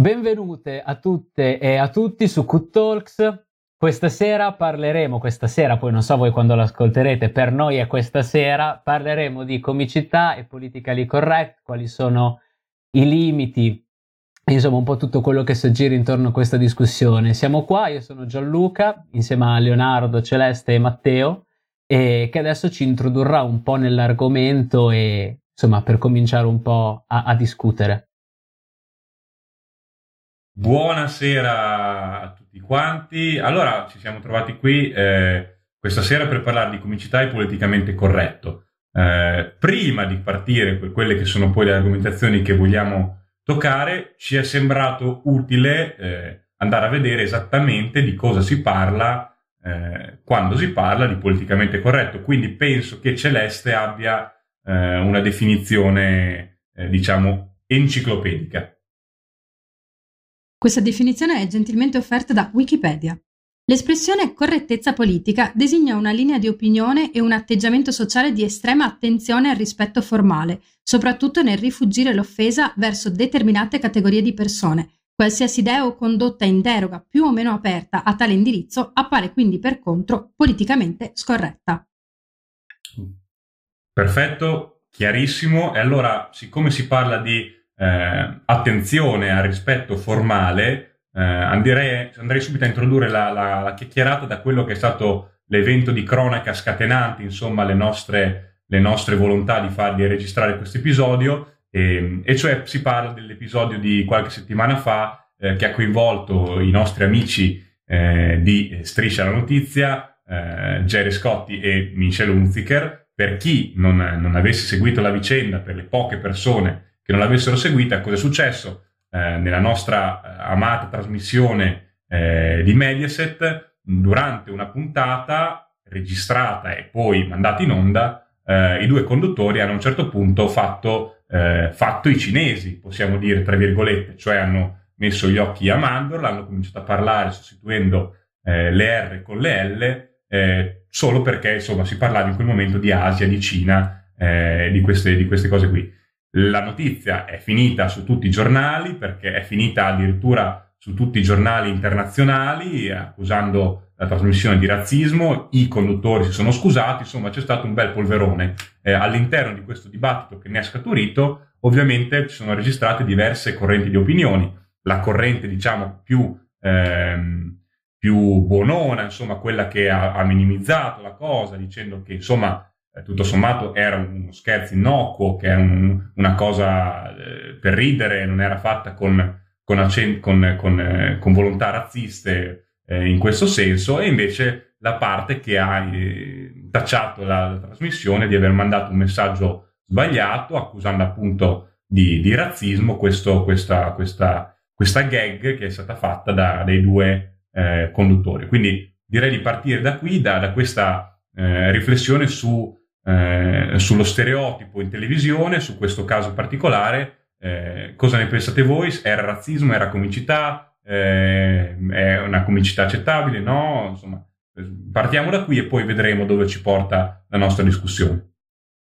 Benvenute a tutte e a tutti su Q Talks. Questa sera, poi non so voi quando lo ascolterete, per noi è questa sera, parleremo di comicità e politically correct, quali sono i limiti, insomma un po' tutto quello che si aggira intorno a questa discussione. Siamo qua, io sono Gianluca, insieme a Leonardo, Celeste e Matteo, e che adesso ci introdurrà un po' nell'argomento e insomma per cominciare un po' a discutere. Buonasera a tutti quanti. Allora, ci siamo trovati qui questa sera per parlare di comicità e politicamente corretto. Prima di partire per quelle che sono poi le argomentazioni che vogliamo toccare, ci è sembrato utile andare a vedere esattamente di cosa si parla quando si parla di politicamente corretto. Quindi penso che Celeste abbia una definizione, diciamo, enciclopedica. Questa definizione è gentilmente offerta da Wikipedia. L'espressione correttezza politica designa una linea di opinione e un atteggiamento sociale di estrema attenzione al rispetto formale, soprattutto nel rifuggire l'offesa verso determinate categorie di persone. Qualsiasi idea o condotta in deroga più o meno aperta a tale indirizzo appare quindi per contro politicamente scorretta. Perfetto, chiarissimo. E allora, siccome si parla di attenzione al rispetto formale, andrei subito a introdurre la chiacchierata da quello che è stato l'evento di cronaca scatenante, insomma, le nostre volontà di registrare questo episodio, e cioè si parla dell'episodio di qualche settimana fa che ha coinvolto i nostri amici di Striscia la Notizia, Gerry Scotti e Michelle Hunziker. Per chi non avesse seguito la vicenda, per le poche persone che non l'avessero seguita, cosa è successo? Nella nostra amata trasmissione di Mediaset, durante una puntata registrata e poi mandata in onda, i due conduttori hanno a un certo punto fatto i cinesi, possiamo dire, tra virgolette, cioè hanno messo gli occhi a mandorla, hanno cominciato a parlare sostituendo le R con le L, solo perché insomma si parlava in quel momento di Asia, di Cina, di queste cose qui. La notizia è finita su tutti i giornali, perché è finita addirittura su tutti i giornali internazionali, accusando la trasmissione di razzismo. I conduttori si sono scusati, insomma c'è stato un bel polverone. All'interno di questo dibattito che ne è scaturito, ovviamente ci sono registrate diverse correnti di opinioni. La corrente, diciamo, più buonona, insomma quella che ha minimizzato la cosa, dicendo che insomma tutto sommato era uno scherzo innocuo, che è una cosa per ridere, non era fatta con volontà razziste in questo senso. E invece la parte che ha tacciato la trasmissione di aver mandato un messaggio sbagliato, accusando appunto di razzismo questa gag che è stata fatta dai due conduttori. Quindi direi di partire da qui, da questa riflessione sullo stereotipo in televisione, su questo caso particolare. Cosa ne pensate voi? Era razzismo? Era comicità? È una comicità accettabile? No? Insomma, partiamo da qui e poi vedremo dove ci porta la nostra discussione.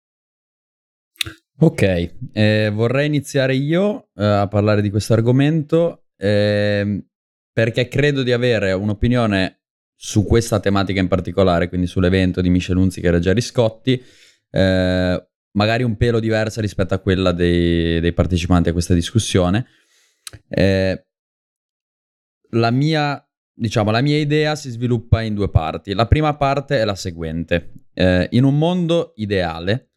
Ok, vorrei iniziare io a parlare di questo argomento perché credo di avere un'opinione su questa tematica in particolare, quindi sull'evento di Michelle Hunziker e Gerry Scotti, magari un pelo diversa rispetto a quella dei partecipanti a questa discussione. La mia idea si sviluppa in due parti. La prima parte è la seguente. In un mondo ideale,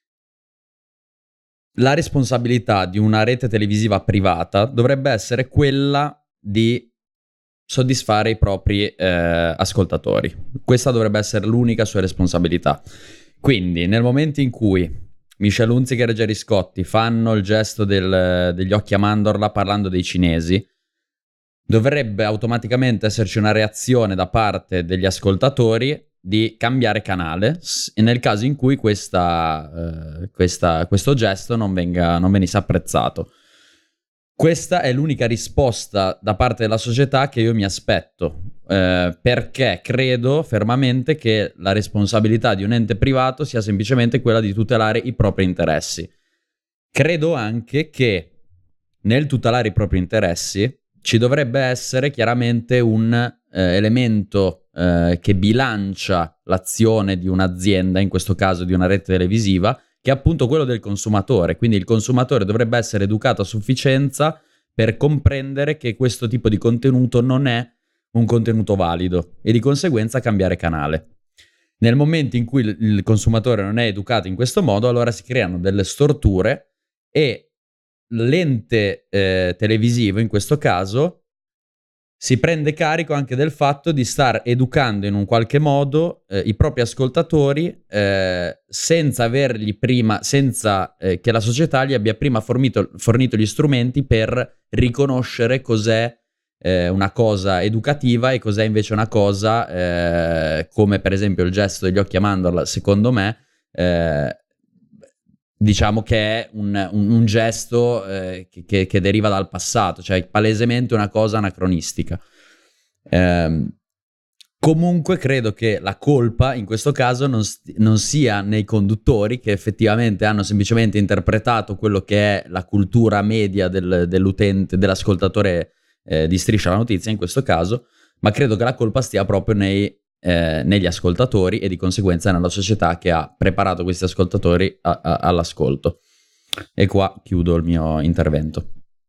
la responsabilità di una rete televisiva privata dovrebbe essere quella di soddisfare i propri ascoltatori. Questa dovrebbe essere l'unica sua responsabilità. Quindi nel momento in cui Michelle Hunziker e Gerry Scotti fanno il gesto degli occhi a mandorla parlando dei cinesi, dovrebbe automaticamente esserci una reazione da parte degli ascoltatori di cambiare canale nel caso in cui questo gesto non venisse apprezzato. Questa è l'unica risposta da parte della società che io mi aspetto, perché credo fermamente che la responsabilità di un ente privato sia semplicemente quella di tutelare i propri interessi. Credo anche che nel tutelare i propri interessi ci dovrebbe essere chiaramente un elemento che bilancia l'azione di un'azienda, in questo caso di una rete televisiva, che è appunto quello del consumatore. Quindi il consumatore dovrebbe essere educato a sufficienza per comprendere che questo tipo di contenuto non è un contenuto valido e di conseguenza cambiare canale. Nel momento in cui il consumatore non è educato in questo modo, allora si creano delle storture e l'ente televisivo in questo caso si prende carico anche del fatto di star educando in un qualche modo i propri ascoltatori senza avergli prima, senza che la società gli abbia prima fornito gli strumenti per riconoscere cos'è una cosa educativa e cos'è invece una cosa come per esempio il gesto degli occhi a mandorla, secondo me diciamo che è un gesto che deriva dal passato, cioè palesemente una cosa anacronistica. Comunque credo che la colpa in questo caso non sia nei conduttori, che effettivamente hanno semplicemente interpretato quello che è la cultura media dell'utente, dell'ascoltatore di Striscia la Notizia in questo caso, ma credo che la colpa stia proprio negli ascoltatori e di conseguenza nella società che ha preparato questi ascoltatori all'ascolto. E qua chiudo il mio intervento.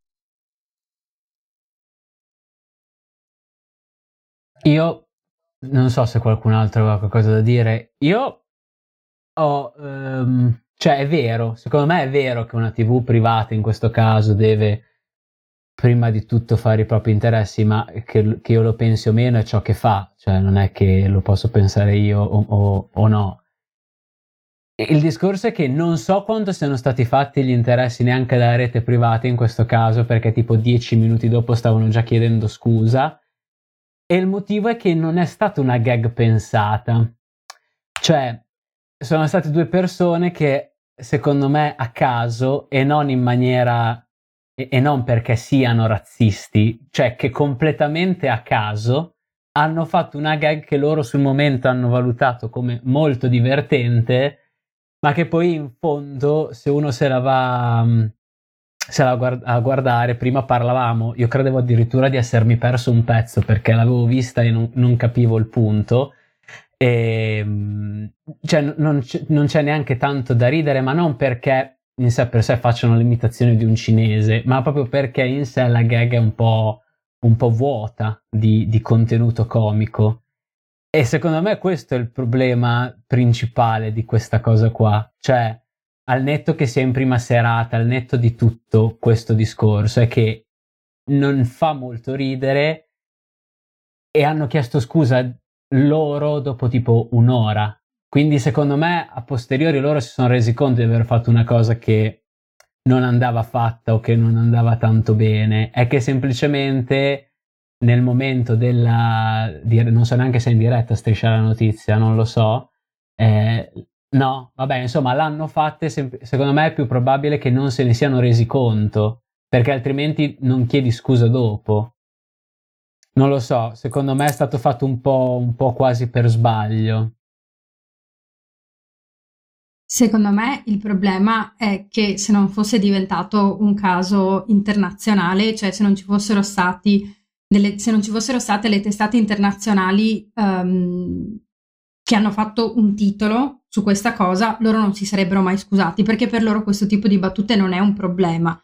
Io non so se qualcun altro ha qualcosa da dire. Io ho cioè è vero, secondo me è vero che una TV privata in questo caso deve prima di tutto fare i propri interessi, ma che io lo pensi o meno è ciò che fa, cioè non è che lo posso pensare io o no. Il discorso è che non so quanto siano stati fatti gli interessi neanche dalla rete privata in questo caso, perché tipo 10 minuti dopo stavano già chiedendo scusa, e il motivo è che non è stata una gag pensata. Cioè, sono state due persone che, secondo me, a caso, e non in maniera... e non perché siano razzisti, cioè che completamente a caso hanno fatto una gag che loro sul momento hanno valutato come molto divertente, ma che poi in fondo, se uno se la va a guardare, prima parlavamo, io credevo addirittura di essermi perso un pezzo perché l'avevo vista e non capivo il punto. E, cioè non c'è neanche tanto da ridere, ma non perché in sé per sé facciano l'imitazione di un cinese, ma proprio perché in sé la gag è un po' vuota di contenuto comico. E secondo me questo è il problema principale di questa cosa qua. Cioè, al netto che sia in prima serata, al netto di tutto questo discorso, è che non fa molto ridere e hanno chiesto scusa loro dopo tipo un'ora. Quindi secondo me a posteriori loro si sono resi conto di aver fatto una cosa che non andava fatta o che non andava tanto bene. È che semplicemente nel momento non so neanche se è in diretta Striscia la Notizia, non lo so. No, vabbè, insomma, l'hanno fatta e secondo me è più probabile che non se ne siano resi conto, perché altrimenti non chiedi scusa dopo. Non lo so, secondo me è stato fatto un po' quasi per sbaglio. Secondo me il problema è che se non fosse diventato un caso internazionale, cioè se non ci fossero state le testate internazionali che hanno fatto un titolo su questa cosa, loro non si sarebbero mai scusati, perché per loro questo tipo di battute non è un problema.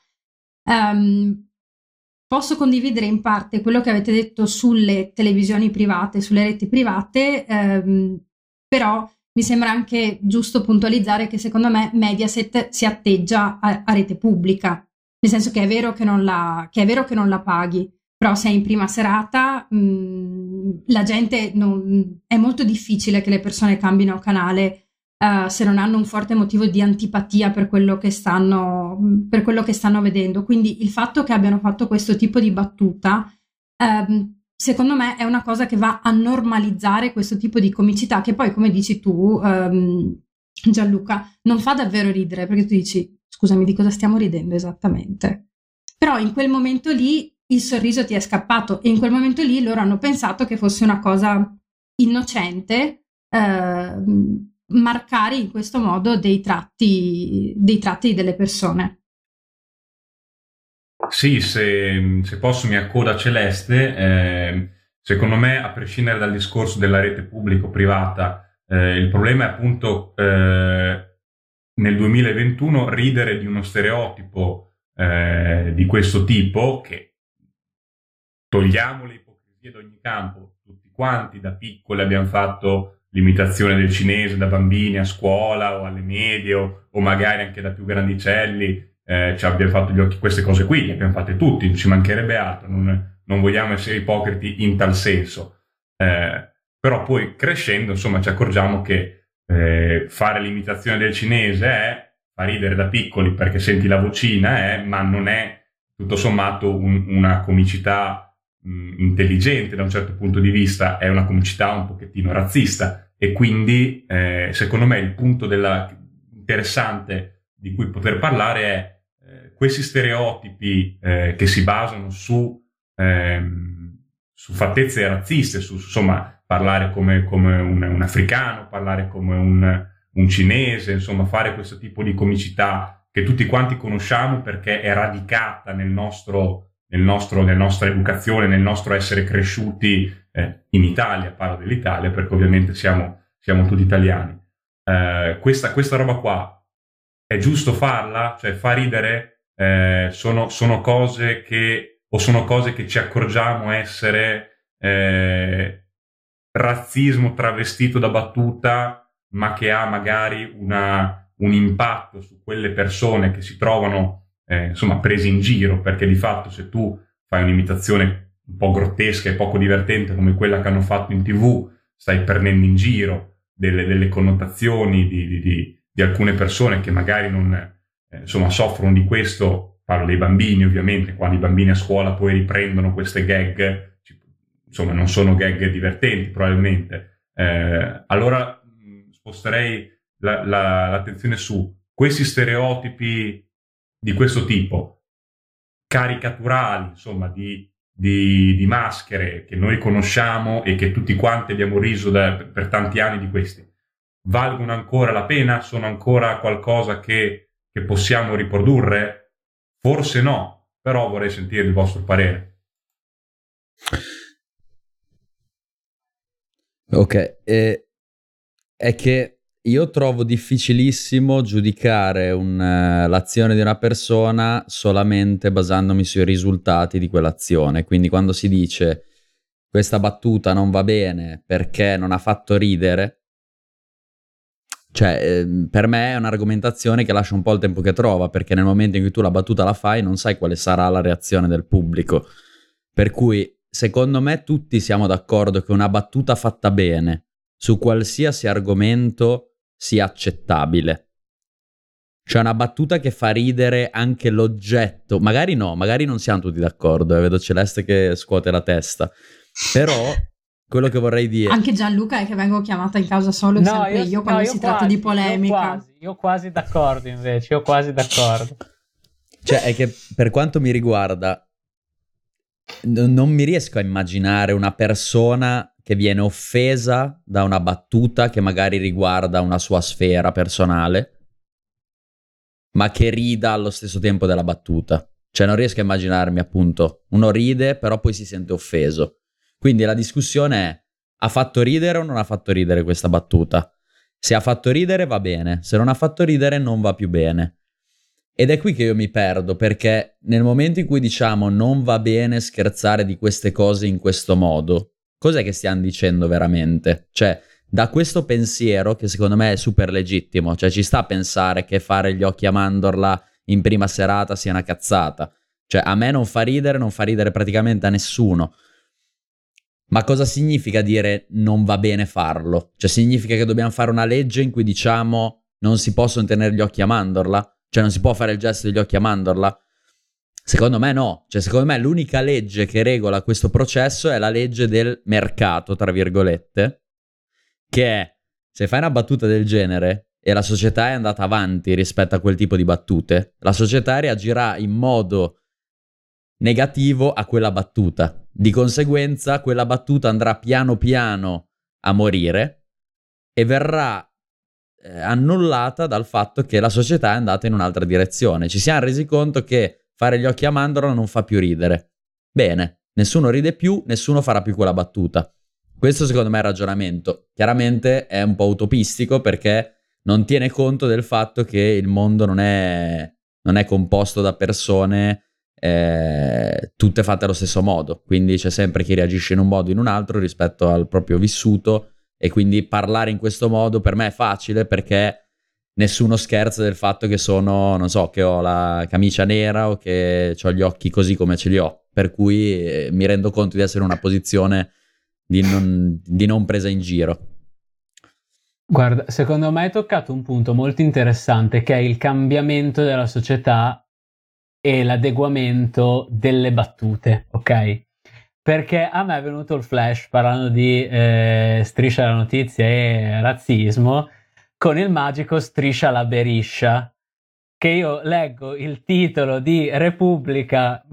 Posso condividere in parte quello che avete detto sulle televisioni private, sulle reti private, però mi sembra anche giusto puntualizzare che secondo me Mediaset si atteggia a rete pubblica, nel senso che è vero che non la paghi, però se è in prima serata la gente è molto difficile che le persone cambino canale se non hanno un forte motivo di antipatia per quello che stanno vedendo. Quindi il fatto che abbiano fatto questo tipo di battuta secondo me è una cosa che va a normalizzare questo tipo di comicità, che poi, come dici tu, Gianluca, non fa davvero ridere, perché tu dici, scusami, di cosa stiamo ridendo esattamente? Però in quel momento lì il sorriso ti è scappato e in quel momento lì loro hanno pensato che fosse una cosa innocente marcare in questo modo dei tratti delle persone. Sì, se posso mi accodo a Celeste. Secondo me, a prescindere dal discorso della rete pubblico-privata, il problema è appunto nel 2021 ridere di uno stereotipo di questo tipo, che togliamo le ipocrisie da ogni campo, tutti quanti da piccoli abbiamo fatto l'imitazione del cinese da bambini a scuola o alle medie o magari anche da più grandicelli. Cioè abbiamo fatto gli occhi, queste cose qui le abbiamo fatte tutti, non ci mancherebbe altro, non vogliamo essere ipocriti in tal senso, però poi crescendo insomma ci accorgiamo che fare l'imitazione del cinese fa ridere da piccoli perché senti la vocina, ma non è tutto sommato una comicità intelligente da un certo punto di vista, è una comicità un pochettino razzista, e quindi secondo me il punto interessante di cui poter parlare è questi stereotipi che si basano su fattezze razziste, insomma, parlare come un africano, parlare come un cinese, insomma, fare questo tipo di comicità che tutti quanti conosciamo perché è radicata nella nostra educazione, nel nostro essere cresciuti in Italia. Parlo dell'Italia perché ovviamente siamo tutti italiani. Questa roba qua è giusto farla? Cioè fa ridere? Sono cose che ci accorgiamo essere razzismo travestito da battuta, ma che ha magari un impatto su quelle persone che si trovano insomma prese in giro, perché di fatto se tu fai un'imitazione un po' grottesca e poco divertente come quella che hanno fatto in TV, stai prendendo in giro delle connotazioni di alcune persone che magari non insomma soffrono di questo. Parlo dei bambini ovviamente, quando i bambini a scuola poi riprendono queste gag, insomma non sono gag divertenti probabilmente, allora sposterei l'attenzione su questi stereotipi di questo tipo, caricaturali, insomma di maschere che noi conosciamo e che tutti quanti abbiamo riso per tanti anni di questi. Valgono ancora la pena? Sono ancora qualcosa che possiamo riprodurre? Forse no, però vorrei sentire il vostro parere. Ok, è che io trovo difficilissimo giudicare l'azione di una persona solamente basandomi sui risultati di quell'azione. Quindi quando si dice questa battuta non va bene perché non ha fatto ridere, cioè per me è un'argomentazione che lascia un po' il tempo che trova, perché nel momento in cui tu la battuta la fai non sai quale sarà la reazione del pubblico. Per cui secondo me tutti siamo d'accordo che una battuta fatta bene su qualsiasi argomento sia accettabile. Cioè una battuta che fa ridere anche l'oggetto, magari no, magari non siamo tutti d'accordo, vedo Celeste che scuote la testa, però quello che vorrei dire... Anche Gianluca è che vengo chiamata in causa solo sempre io quando si tratta di polemica. Io quasi d'accordo invece, io quasi d'accordo. Cioè è che per quanto mi riguarda non mi riesco a immaginare una persona che viene offesa da una battuta che magari riguarda una sua sfera personale, ma che rida allo stesso tempo della battuta. Cioè non riesco a immaginarmi, appunto, uno ride però poi si sente offeso. Quindi la discussione è: ha fatto ridere o non ha fatto ridere questa battuta? Se ha fatto ridere va bene, se non ha fatto ridere non va più bene. Ed è qui che io mi perdo, perché nel momento in cui diciamo non va bene scherzare di queste cose in questo modo, cos'è che stiamo dicendo veramente? Cioè, da questo pensiero, che secondo me è super legittimo, cioè ci sta a pensare che fare gli occhi a mandorla in prima serata sia una cazzata. Cioè, a me non fa ridere praticamente a nessuno. Ma cosa significa dire non va bene farlo? Cioè significa che dobbiamo fare una legge in cui diciamo non si possono tenere gli occhi a mandorla? Cioè non si può fare il gesto degli occhi a mandorla? Secondo me no. Cioè secondo me l'unica legge che regola questo processo è la legge del mercato, tra virgolette, che è: se fai una battuta del genere e la società è andata avanti rispetto a quel tipo di battute, la società reagirà in modo negativo a quella battuta. Di conseguenza quella battuta andrà piano piano a morire e verrà annullata dal fatto che la società è andata in un'altra direzione. Ci siamo resi conto che fare gli occhi a mandorla non fa più ridere. Bene, nessuno ride più, nessuno farà più quella battuta. Questo secondo me è il ragionamento. Chiaramente è un po' utopistico perché non tiene conto del fatto che il mondo non è composto da persone tutte fatte allo stesso modo, quindi c'è sempre chi reagisce in un modo o in un altro rispetto al proprio vissuto, e quindi parlare in questo modo per me è facile perché nessuno scherza del fatto che sono, non so, che ho la camicia nera o che ho gli occhi così come ce li ho, per cui mi rendo conto di essere in una posizione di non presa in giro. Guarda, secondo me hai toccato un punto molto interessante, che è il cambiamento della società e l'adeguamento delle battute, ok? Perché a me è venuto il flash, parlando di Striscia la notizia e razzismo, con il magico Striscia la beriscia, che io leggo il titolo di Repubblica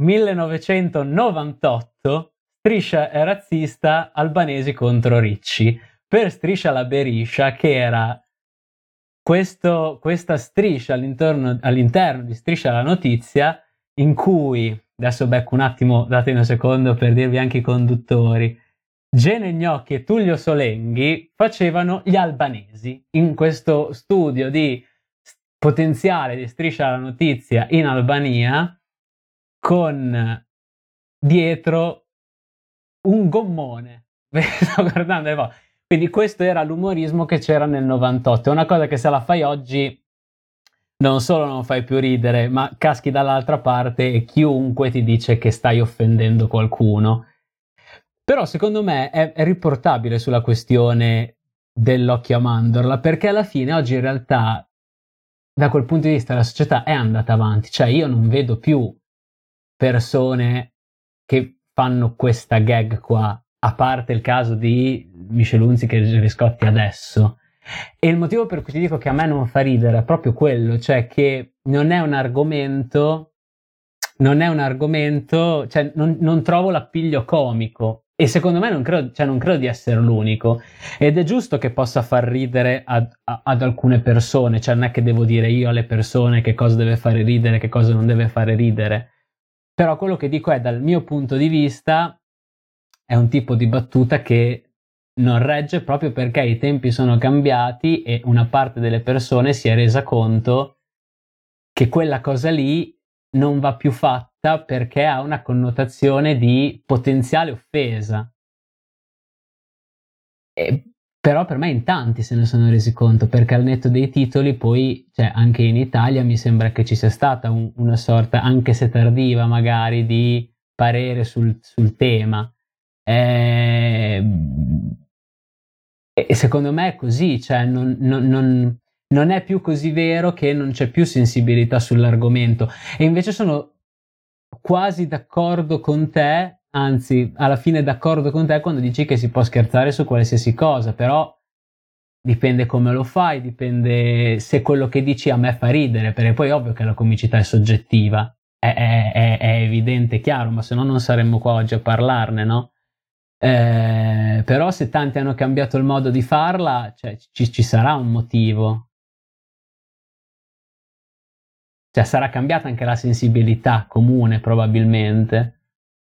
1998, Striscia è razzista, albanesi contro Ricci. Per Striscia la beriscia, che era questa striscia all'interno di Striscia la notizia, in cui, adesso becco un attimo, datemi un secondo per dirvi anche i conduttori, Gene Gnocchi e Tullio Solenghi facevano gli albanesi in questo studio di potenziale di Striscia la notizia in Albania, con dietro un gommone. Sto guardando, quindi questo era l'umorismo che c'era nel 98. È una cosa che se la fai oggi non solo non fai più ridere, ma caschi dall'altra parte e chiunque ti dice che stai offendendo qualcuno. Però secondo me è riportabile sulla questione dell'occhio a mandorla, perché alla fine oggi in realtà da quel punto di vista la società è andata avanti. Cioè io non vedo più persone che fanno questa gag qua, a parte il caso di Michelunzi che riscotti adesso. E il motivo per cui ti dico che a me non fa ridere è proprio quello, cioè che non è un argomento, cioè non trovo l'appiglio comico, e secondo me non credo di essere l'unico, ed è giusto che possa far ridere ad alcune persone, cioè non è che devo dire io alle persone che cosa deve fare ridere, che cosa non deve fare ridere, però quello che dico è, dal mio punto di vista, è un tipo di battuta che non regge proprio perché i tempi sono cambiati e una parte delle persone si è resa conto che quella cosa lì non va più fatta perché ha una connotazione di potenziale offesa. Però per me in tanti se ne sono resi conto, perché al netto dei titoli poi, cioè anche in Italia mi sembra che ci sia stata una sorta, anche se tardiva magari, di parere sul tema. E secondo me è così, cioè non è più così vero che non c'è più sensibilità sull'argomento, e invece sono quasi d'accordo con te, anzi alla fine d'accordo con te quando dici che si può scherzare su qualsiasi cosa, però dipende come lo fai, dipende se quello che dici a me fa ridere, perché poi è ovvio che la comicità è soggettiva, è evidente, chiaro, ma se no non saremmo qua oggi a parlarne, no? Però se tanti hanno cambiato il modo di farla, cioè, ci sarà un motivo, cioè sarà cambiata anche la sensibilità comune probabilmente.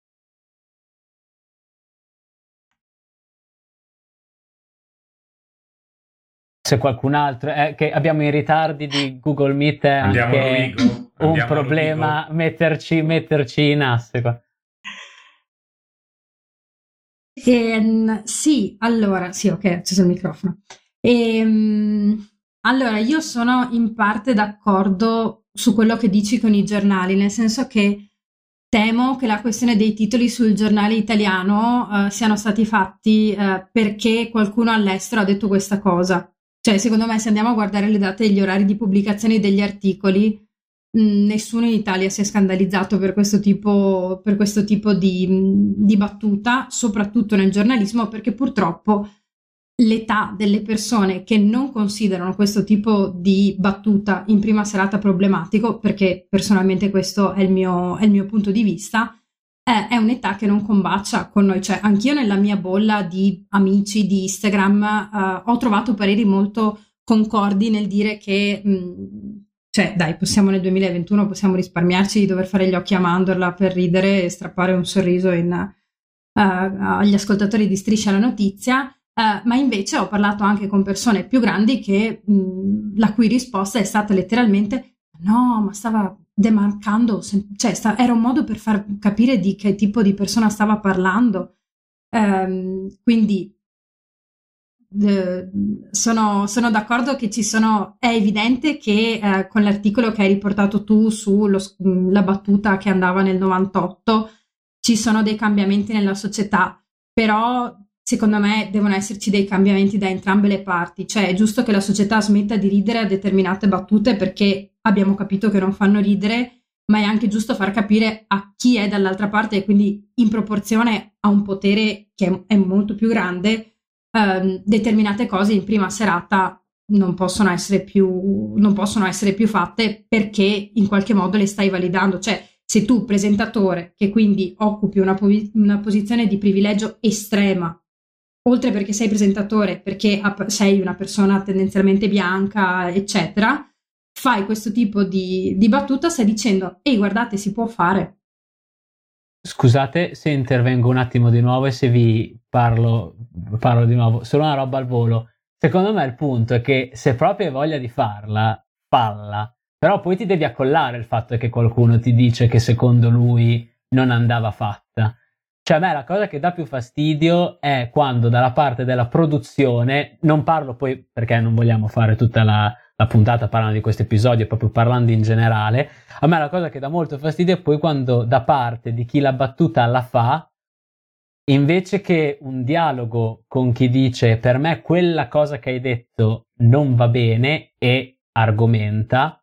Se qualcun altro che abbiamo i ritardi di Google Meet, è anche un problema metterci in asse qua. Sì, allora, sì, ok, ho acceso il microfono. Allora, io sono in parte d'accordo su quello che dici con i giornali, nel senso che temo che la questione dei titoli sul giornale italiano siano stati fatti perché qualcuno all'estero ha detto questa cosa. Cioè, secondo me, se andiamo a guardare le date e gli orari di pubblicazione degli articoli, nessuno in Italia si è scandalizzato per questo tipo di battuta, soprattutto nel giornalismo, perché purtroppo l'età delle persone che non considerano questo tipo di battuta in prima serata problematico, perché personalmente questo è il mio punto di vista, è un'età che non combacia con noi. Cioè, anch'io nella mia bolla di amici di Instagram ho trovato pareri molto concordi nel dire che cioè dai, possiamo nel 2021, possiamo risparmiarci di dover fare gli occhi a mandorla per ridere e strappare un sorriso agli ascoltatori di Striscia la Notizia, ma invece ho parlato anche con persone più grandi la cui risposta è stata letteralmente no, ma stava demarcando, cioè era un modo per far capire di che tipo di persona stava parlando. Quindi sono d'accordo che è evidente che con l'articolo che hai riportato tu sulla battuta che andava nel 98 ci sono dei cambiamenti nella società, però secondo me devono esserci dei cambiamenti da entrambe le parti, cioè è giusto che la società smetta di ridere a determinate battute perché abbiamo capito che non fanno ridere, ma è anche giusto far capire a chi è dall'altra parte e quindi in proporzione a un potere che è molto più grande, determinate cose in prima serata non possono essere più fatte perché in qualche modo le stai validando. Cioè, se tu, presentatore, che quindi occupi una posizione di privilegio estrema, oltre perché sei presentatore, perché sei una persona tendenzialmente bianca, eccetera, fai questo tipo di battuta, stai dicendo, ehi, guardate, si può fare. Scusate se intervengo un attimo di nuovo e se vi parlo di nuovo, solo una roba al volo. Secondo me il punto è che se proprio hai voglia di falla, però poi ti devi accollare il fatto che qualcuno ti dice che secondo lui non andava fatta. Cioè a me la cosa che dà più fastidio è quando dalla parte della produzione, non parlo poi perché non vogliamo fare tutta la puntata parlando di questo episodio, proprio parlando in generale, a me la cosa che dà molto fastidio è poi quando da parte di chi la battuta la fa, invece che un dialogo con chi dice per me quella cosa che hai detto non va bene e argomenta,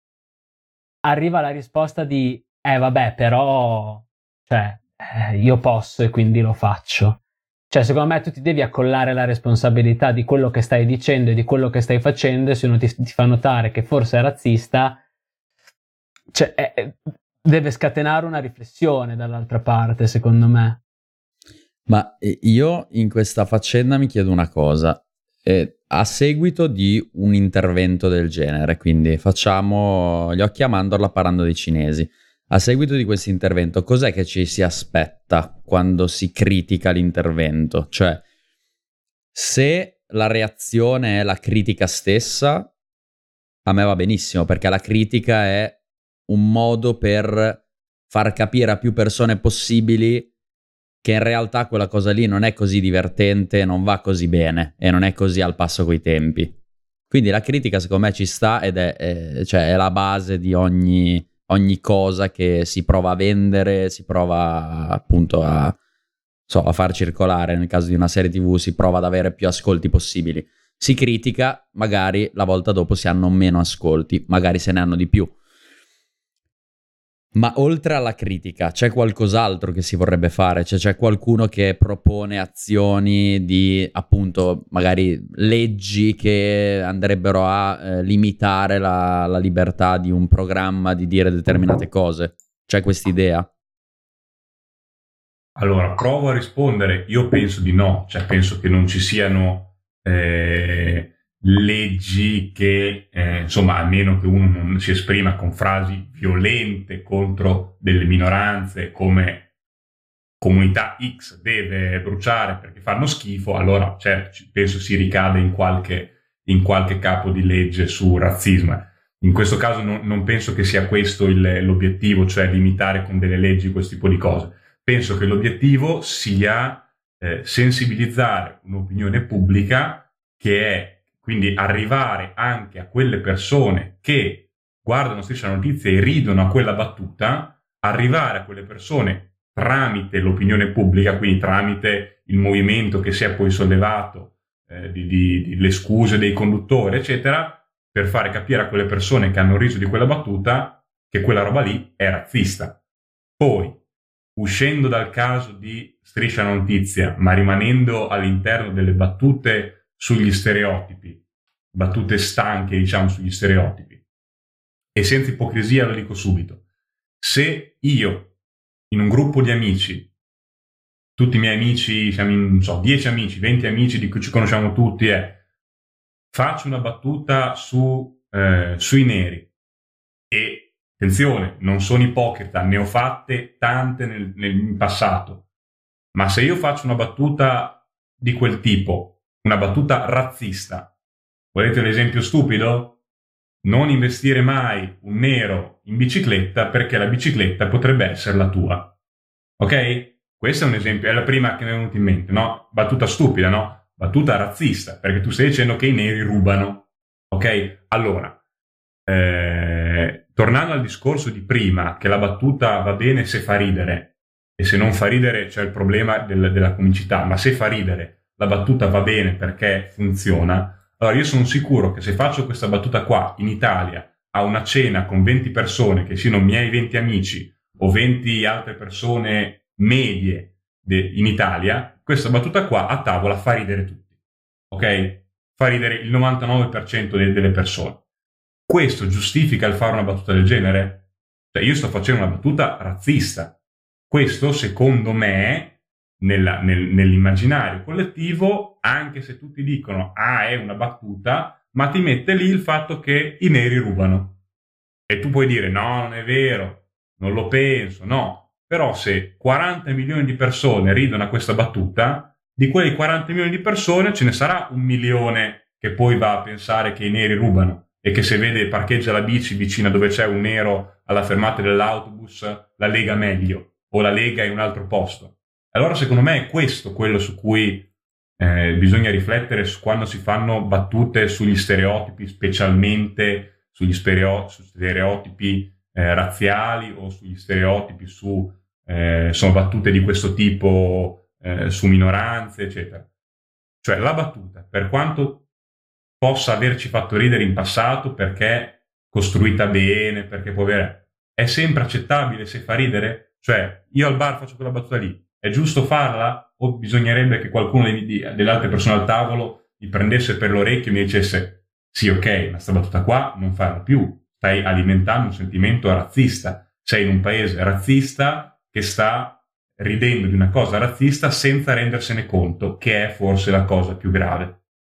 arriva la risposta di vabbè però cioè, io posso e quindi lo faccio. Cioè, secondo me tu ti devi accollare la responsabilità di quello che stai dicendo e di quello che stai facendo, e se uno ti fa notare che forse è razzista, cioè, deve scatenare una riflessione dall'altra parte, secondo me. Ma io in questa faccenda mi chiedo una cosa. A seguito di un intervento del genere, quindi facciamo gli occhi a mandorla parlando dei cinesi, a seguito di questo intervento, cos'è che ci si aspetta quando si critica l'intervento? Cioè, se la reazione è la critica stessa, a me va benissimo, perché la critica è un modo per far capire a più persone possibili che in realtà quella cosa lì non è così divertente, non va così bene e non è così al passo coi tempi. Quindi la critica secondo me ci sta ed è la base di ogni cosa che si prova a vendere, si prova appunto a far circolare. Nel caso di una serie TV si prova ad avere più ascolti possibili. Si critica, magari la volta dopo si hanno meno ascolti, magari se ne hanno di più. Ma oltre alla critica c'è qualcos'altro che si vorrebbe fare? Cioè c'è qualcuno che propone azioni di appunto magari leggi che andrebbero a limitare la libertà di un programma di dire determinate cose? C'è quest'idea? Allora, provo a rispondere. Io penso di no, cioè penso che non ci siano leggi che, insomma, a meno che uno non si esprima con frasi violente contro delle minoranze come comunità X deve bruciare perché fanno schifo, allora certo, penso si ricade in qualche capo di legge su razzismo. In questo caso non penso che sia questo l'obiettivo, cioè limitare con delle leggi questo tipo di cose. Penso che l'obiettivo sia sensibilizzare un'opinione pubblica che è quindi arrivare anche a quelle persone che guardano Striscia la Notizia e ridono a quella battuta, arrivare a quelle persone tramite l'opinione pubblica, quindi tramite il movimento che si è poi sollevato, le scuse dei conduttori, eccetera, per fare capire a quelle persone che hanno riso di quella battuta che quella roba lì è razzista. Poi, uscendo dal caso di Striscia la Notizia, ma rimanendo all'interno delle battute sugli stereotipi, battute stanche, diciamo, sugli stereotipi, e senza ipocrisia lo dico subito, se io in un gruppo di amici, tutti i miei amici, siamo in 10 amici, 20 amici di cui ci conosciamo tutti, faccio una battuta sui neri, E attenzione, non sono ipocrita, ne ho fatte tante in passato, ma se io faccio una battuta di quel tipo, una battuta razzista, volete un esempio stupido? Non investire mai un nero in bicicletta perché la bicicletta potrebbe essere la tua. Ok? Questo è un esempio, è la prima che mi è venuta in mente, no? Battuta stupida, no? Battuta razzista, perché tu stai dicendo che i neri rubano. Ok? Allora, tornando al discorso di prima, che la battuta va bene se fa ridere, e se non fa ridere c'è il problema della comicità, ma se fa ridere la battuta va bene perché funziona. Allora io sono sicuro che se faccio questa battuta qua in Italia a una cena con 20 persone che siano miei 20 amici o 20 altre persone medie in Italia, questa battuta qua a tavola fa ridere tutti, ok? Fa ridere il 99% delle persone. Questo giustifica il fare una battuta del genere? Cioè io sto facendo una battuta razzista. Questo secondo me nell'immaginario collettivo, anche se tutti dicono è una battuta, ma ti mette lì il fatto che i neri rubano. E tu puoi dire no, non è vero, non lo penso, no. Però se 40 milioni di persone ridono a questa battuta, di quei 40 milioni di persone ce ne sarà 1 milione che poi va a pensare che i neri rubano e che se vede parcheggia la bici vicino dove c'è un nero alla fermata dell'autobus la lega meglio o la lega in un altro posto. Allora secondo me è questo quello su cui bisogna riflettere quando si fanno battute sugli stereotipi, specialmente sugli stereotipi razziali o sugli stereotipi sono battute di questo tipo su minoranze, eccetera. Cioè la battuta, per quanto possa averci fatto ridere in passato perché costruita bene, perché può avere, è sempre accettabile se fa ridere? Cioè io al bar faccio quella battuta lì, è giusto farla? O bisognerebbe che qualcuno delle altre persone al tavolo mi prendesse per l'orecchio e mi dicesse sì, ok, ma sta battuta qua non farla più, stai alimentando un sentimento razzista, sei in un paese razzista che sta ridendo di una cosa razzista senza rendersene conto, che è forse la cosa più grave.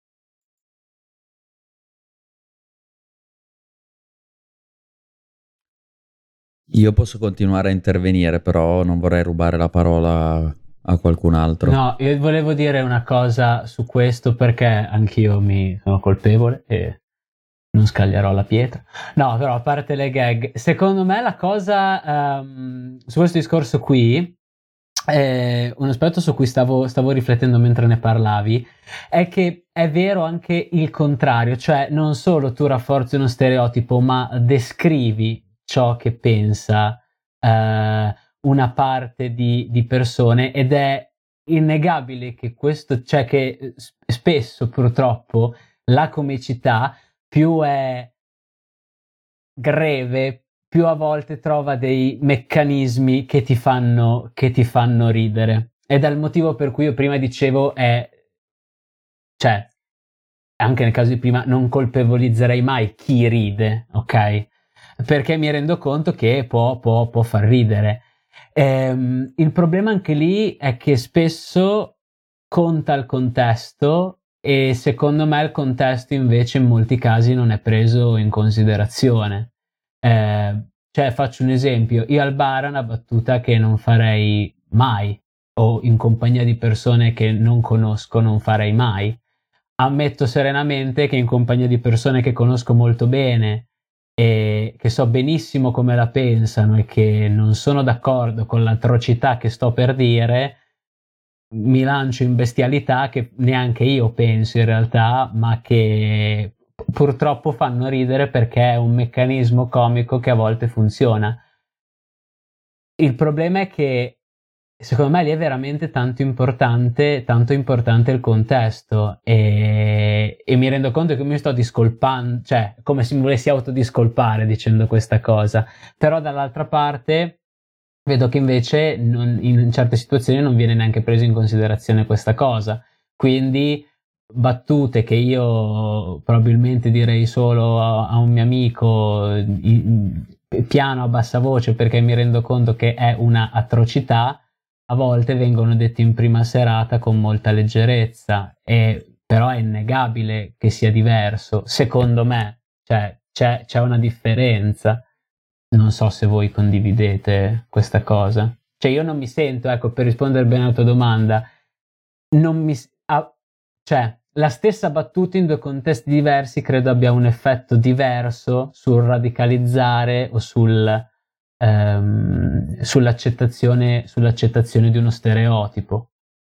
Io posso continuare a intervenire, però non vorrei rubare la parola a qualcun altro. No, io volevo dire una cosa su questo perché anch'io mi sono colpevole e non scaglierò la pietra. No, però a parte le gag, secondo me la cosa su questo discorso qui, un aspetto su cui stavo riflettendo mentre ne parlavi, è che è vero anche il contrario, cioè non solo tu rafforzi uno stereotipo, ma descrivi ciò che pensa una parte di persone, ed è innegabile che questo, cioè che spesso purtroppo la comicità più è greve, più a volte trova dei meccanismi che ti fanno ridere. Ed è il motivo per cui io prima dicevo cioè, anche nel caso di prima, non colpevolizzerei mai chi ride, ok? Perché mi rendo conto che può far ridere. Il problema anche lì è che spesso conta il contesto, e secondo me il contesto invece in molti casi non è preso in considerazione. Cioè, faccio un esempio: io al bar una battuta che non farei mai, o in compagnia di persone che non conosco non farei mai. Ammetto serenamente che in compagnia di persone che conosco molto bene e che so benissimo come la pensano e che non sono d'accordo con l'atrocità che sto per dire, mi lancio in bestialità che neanche io penso in realtà, ma che purtroppo fanno ridere perché è un meccanismo comico che a volte funziona. Il problema è che secondo me lì è veramente tanto importante il contesto, e mi rendo conto che mi sto discolpando, cioè come se mi volessi autodiscolpare dicendo questa cosa, però dall'altra parte vedo che invece in certe situazioni non viene neanche preso in considerazione questa cosa, quindi battute che io probabilmente direi solo a un mio amico piano, a bassa voce, perché mi rendo conto che è una atrocità, a volte vengono dette in prima serata con molta leggerezza, però è innegabile che sia diverso, secondo me, cioè c'è una differenza. Non so se voi condividete questa cosa. Cioè io non mi sento, ecco, per rispondere bene alla tua domanda, cioè la stessa battuta in due contesti diversi credo abbia un effetto diverso sul radicalizzare o sull'accettazione di uno stereotipo.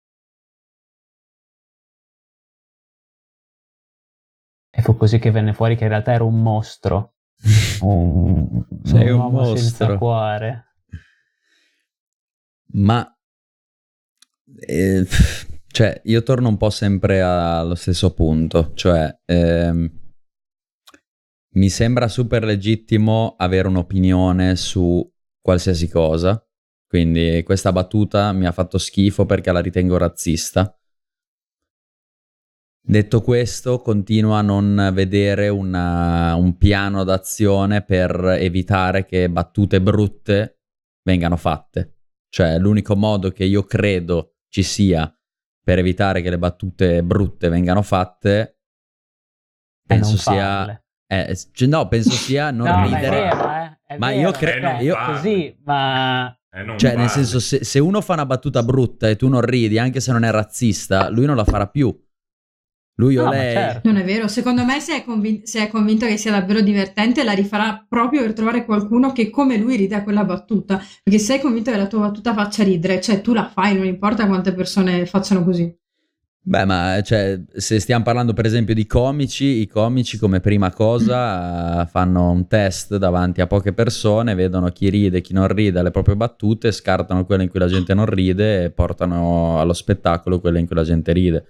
E fu così che venne fuori che in realtà ero un mostro. Sei un uomo mostro senza cuore. Ma cioè io torno un po' sempre allo stesso punto, cioè mi sembra super legittimo avere un'opinione su qualsiasi cosa, quindi questa battuta mi ha fatto schifo perché la ritengo razzista. Detto questo, continuo a non vedere un piano d'azione per evitare che battute brutte vengano fatte. Cioè, l'unico modo che io credo ci sia per evitare che le battute brutte vengano fatte, penso sia... no, penso sia non no, ridere. Ma io credo... così, ma... Cioè, nel senso, se uno fa una battuta brutta e tu non ridi, anche se non è razzista, lui non la farà più. Lui o lei... Certo. Non è vero, secondo me se è convinto che sia davvero divertente la rifarà proprio per trovare qualcuno che come lui ride a quella battuta, perché se è convinto che la tua battuta faccia ridere, cioè tu la fai, non importa quante persone facciano così. Beh, ma cioè, se stiamo parlando per esempio di comici, i comici come prima cosa fanno un test davanti a poche persone, vedono chi ride e chi non ride alle proprie battute, scartano quelle in cui la gente non ride e portano allo spettacolo quelle in cui la gente ride.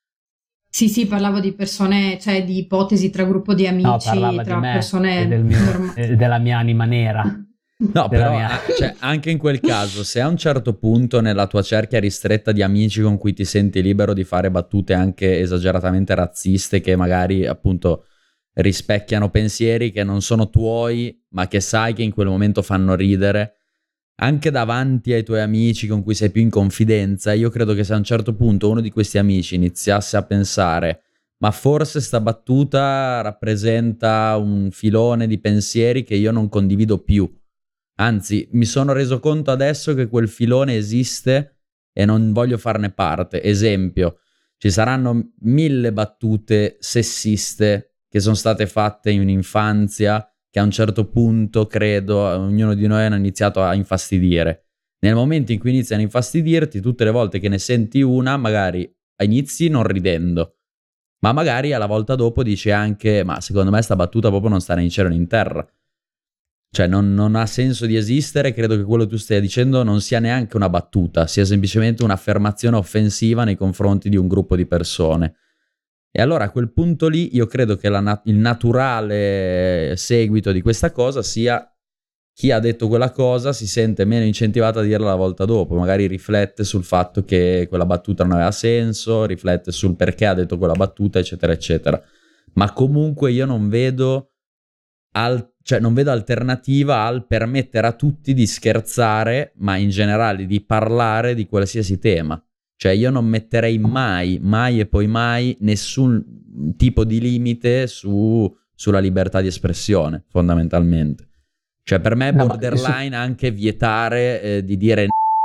Sì, parlavo di persone, cioè di ipotesi tra gruppo di amici, tra persone della mia anima nera. No, però cioè, anche in quel caso, se a un certo punto nella tua cerchia ristretta di amici con cui ti senti libero di fare battute anche esageratamente razziste, che magari appunto rispecchiano pensieri che non sono tuoi, ma che sai che in quel momento fanno ridere, anche davanti ai tuoi amici con cui sei più in confidenza, io credo che se a un certo punto uno di questi amici iniziasse a pensare ma forse sta battuta rappresenta un filone di pensieri che io non condivido più, anzi mi sono reso conto adesso che quel filone esiste e non voglio farne parte. Esempio, ci saranno 1000 battute sessiste che sono state fatte in infanzia che a un certo punto, credo, ognuno di noi hanno iniziato a infastidire. Nel momento in cui iniziano a infastidirti, tutte le volte che ne senti una, magari inizi non ridendo, ma magari alla volta dopo dici anche, ma secondo me sta battuta proprio non sta né in cielo né in terra. Cioè non ha senso di esistere, credo che quello che tu stia dicendo non sia neanche una battuta, sia semplicemente un'affermazione offensiva nei confronti di un gruppo di persone. E allora a quel punto lì io credo che il naturale seguito di questa cosa sia chi ha detto quella cosa si sente meno incentivato a dirla la volta dopo, magari riflette sul fatto che quella battuta non aveva senso, riflette sul perché ha detto quella battuta, eccetera, eccetera. Ma comunque io non vedo, non vedo alternativa al permettere a tutti di scherzare, ma in generale di parlare di qualsiasi tema. Cioè io non metterei mai e poi mai nessun tipo di limite sulla libertà di espressione, fondamentalmente. Cioè per me è borderline anche vietare di dire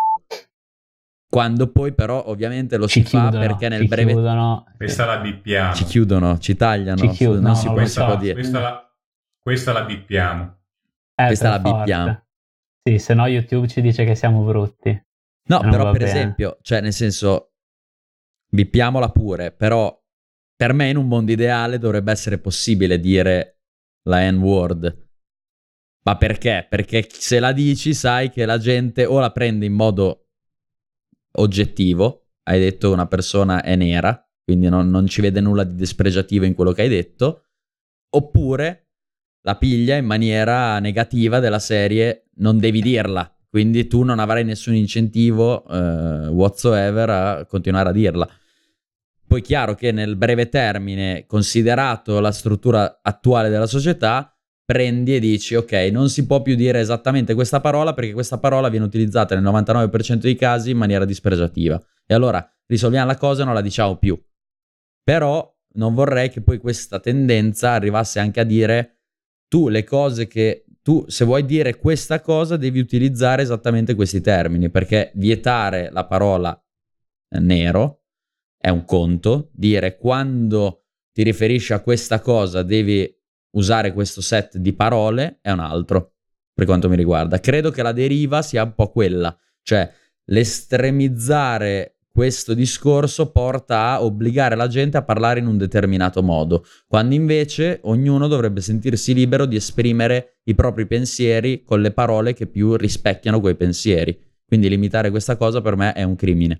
quando poi però ovviamente lo si fa perché nel breve... Questa la bippiamo. Ci chiudono, ci tagliano, non si può dire. Questa la bippiamo. Questa la bippiamo. Sì, se no YouTube ci dice che siamo brutti. No, però per esempio, cioè nel senso, bippiamola pure, però per me in un mondo ideale dovrebbe essere possibile dire la N-word. Ma perché? Perché se la dici sai che la gente o la prende in modo oggettivo, hai detto una persona è nera, quindi non ci vede nulla di dispregiativo in quello che hai detto, oppure la piglia in maniera negativa della serie non devi dirla. Quindi tu non avrai nessun incentivo whatsoever a continuare a dirla. Poi chiaro che nel breve termine, considerato la struttura attuale della società, prendi e dici ok, non si può più dire esattamente questa parola perché questa parola viene utilizzata nel 99% dei casi in maniera dispregiativa. E allora risolviamo la cosa e non la diciamo più. Però non vorrei che poi questa tendenza arrivasse anche a dire tu le cose che tu se vuoi dire questa cosa devi utilizzare esattamente questi termini, perché vietare la parola nero è un conto, dire quando ti riferisci a questa cosa devi usare questo set di parole è un altro, per quanto mi riguarda. Credo che la deriva sia un po' quella, cioè l'estremizzare questo discorso porta a obbligare la gente a parlare in un determinato modo, quando invece ognuno dovrebbe sentirsi libero di esprimere i propri pensieri con le parole che più rispecchiano quei pensieri. Quindi limitare questa cosa per me è un crimine.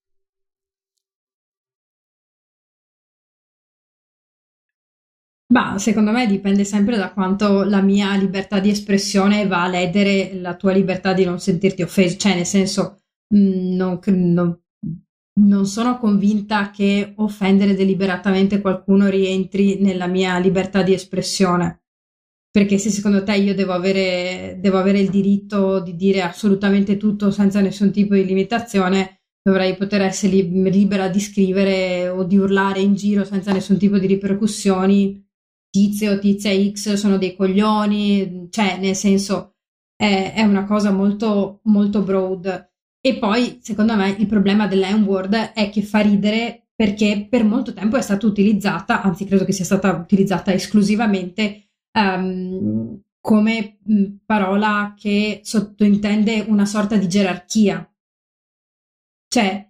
Ma secondo me dipende sempre da quanto la mia libertà di espressione va a ledere la tua libertà di non sentirti offeso, cioè nel senso non sono convinta che offendere deliberatamente qualcuno rientri nella mia libertà di espressione, perché se secondo te io devo avere il diritto di dire assolutamente tutto senza nessun tipo di limitazione, dovrei poter essere libera di scrivere o di urlare in giro senza nessun tipo di ripercussioni. Tizio o tizia X sono dei coglioni, cioè nel senso è una cosa molto, molto broad. E poi, secondo me, il problema dell'N-word è che fa ridere perché per molto tempo è stata utilizzata, anzi credo che sia stata utilizzata esclusivamente come parola che sottointende una sorta di gerarchia. Cioè,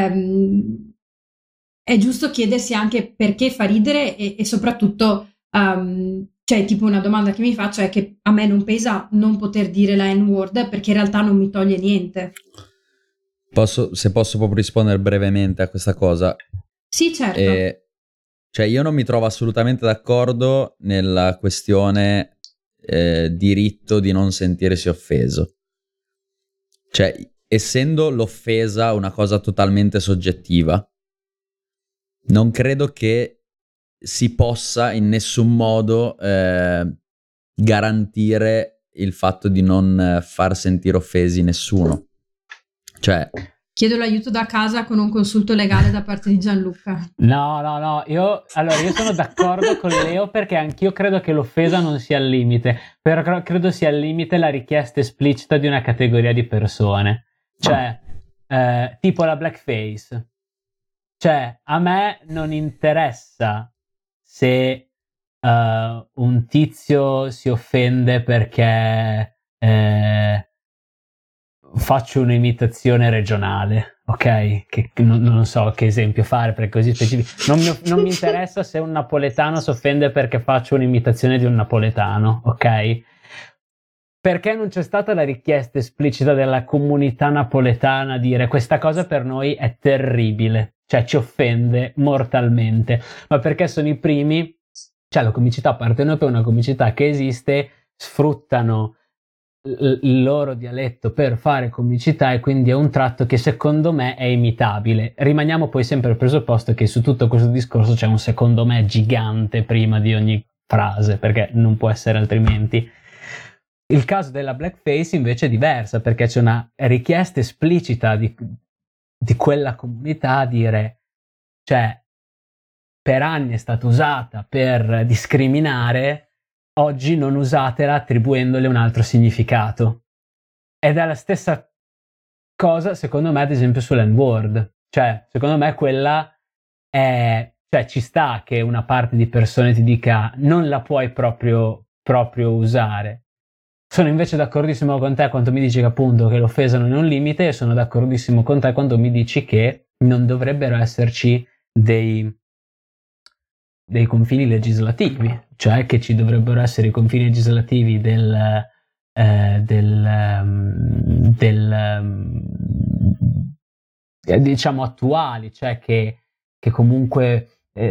è giusto chiedersi anche perché fa ridere e soprattutto, cioè tipo una domanda che mi faccio è che a me non pesa non poter dire la N-word perché in realtà non mi toglie niente. Se posso proprio rispondere brevemente a questa cosa. Sì, certo. Cioè io non mi trovo assolutamente d'accordo nella questione diritto di non sentirsi offeso. Cioè, essendo l'offesa una cosa totalmente soggettiva, non credo che si possa in nessun modo garantire il fatto di non far sentire offesi nessuno. Cioè, chiedo l'aiuto da casa con un consulto legale da parte di Gianluca. No, io sono d'accordo con Leo perché anch'io credo che l'offesa non sia al limite, però credo sia al limite la richiesta esplicita di una categoria di persone, cioè tipo la blackface. Cioè, a me non interessa se un tizio si offende perché faccio un'imitazione regionale, ok? Che non so che esempio fare perché così specifico. Non mi interessa se un napoletano si offende perché faccio un'imitazione di un napoletano, ok? Perché non c'è stata la richiesta esplicita della comunità napoletana a dire questa cosa per noi è terribile, cioè ci offende mortalmente, ma perché sono i primi, cioè la comicità partenopea è una comicità che esiste, sfruttano il loro dialetto per fare comicità e quindi è un tratto che secondo me è imitabile. Rimaniamo poi sempre al presupposto che su tutto questo discorso c'è un secondo me gigante prima di ogni frase, perché non può essere altrimenti. Il caso della blackface invece è diversa perché c'è una richiesta esplicita di quella comunità a dire, cioè per anni è stata usata per discriminare, oggi non usatela attribuendole un altro significato. Ed è la stessa cosa secondo me ad esempio sull'N-word, cioè secondo me quella è, cioè ci sta che una parte di persone ti dica non la puoi proprio usare. Sono invece d'accordissimo con te quando mi dici che appunto che l'offesa non è un limite, e sono d'accordissimo con te quando mi dici che non dovrebbero esserci dei confini legislativi, cioè che ci dovrebbero essere i confini legislativi diciamo attuali, cioè che comunque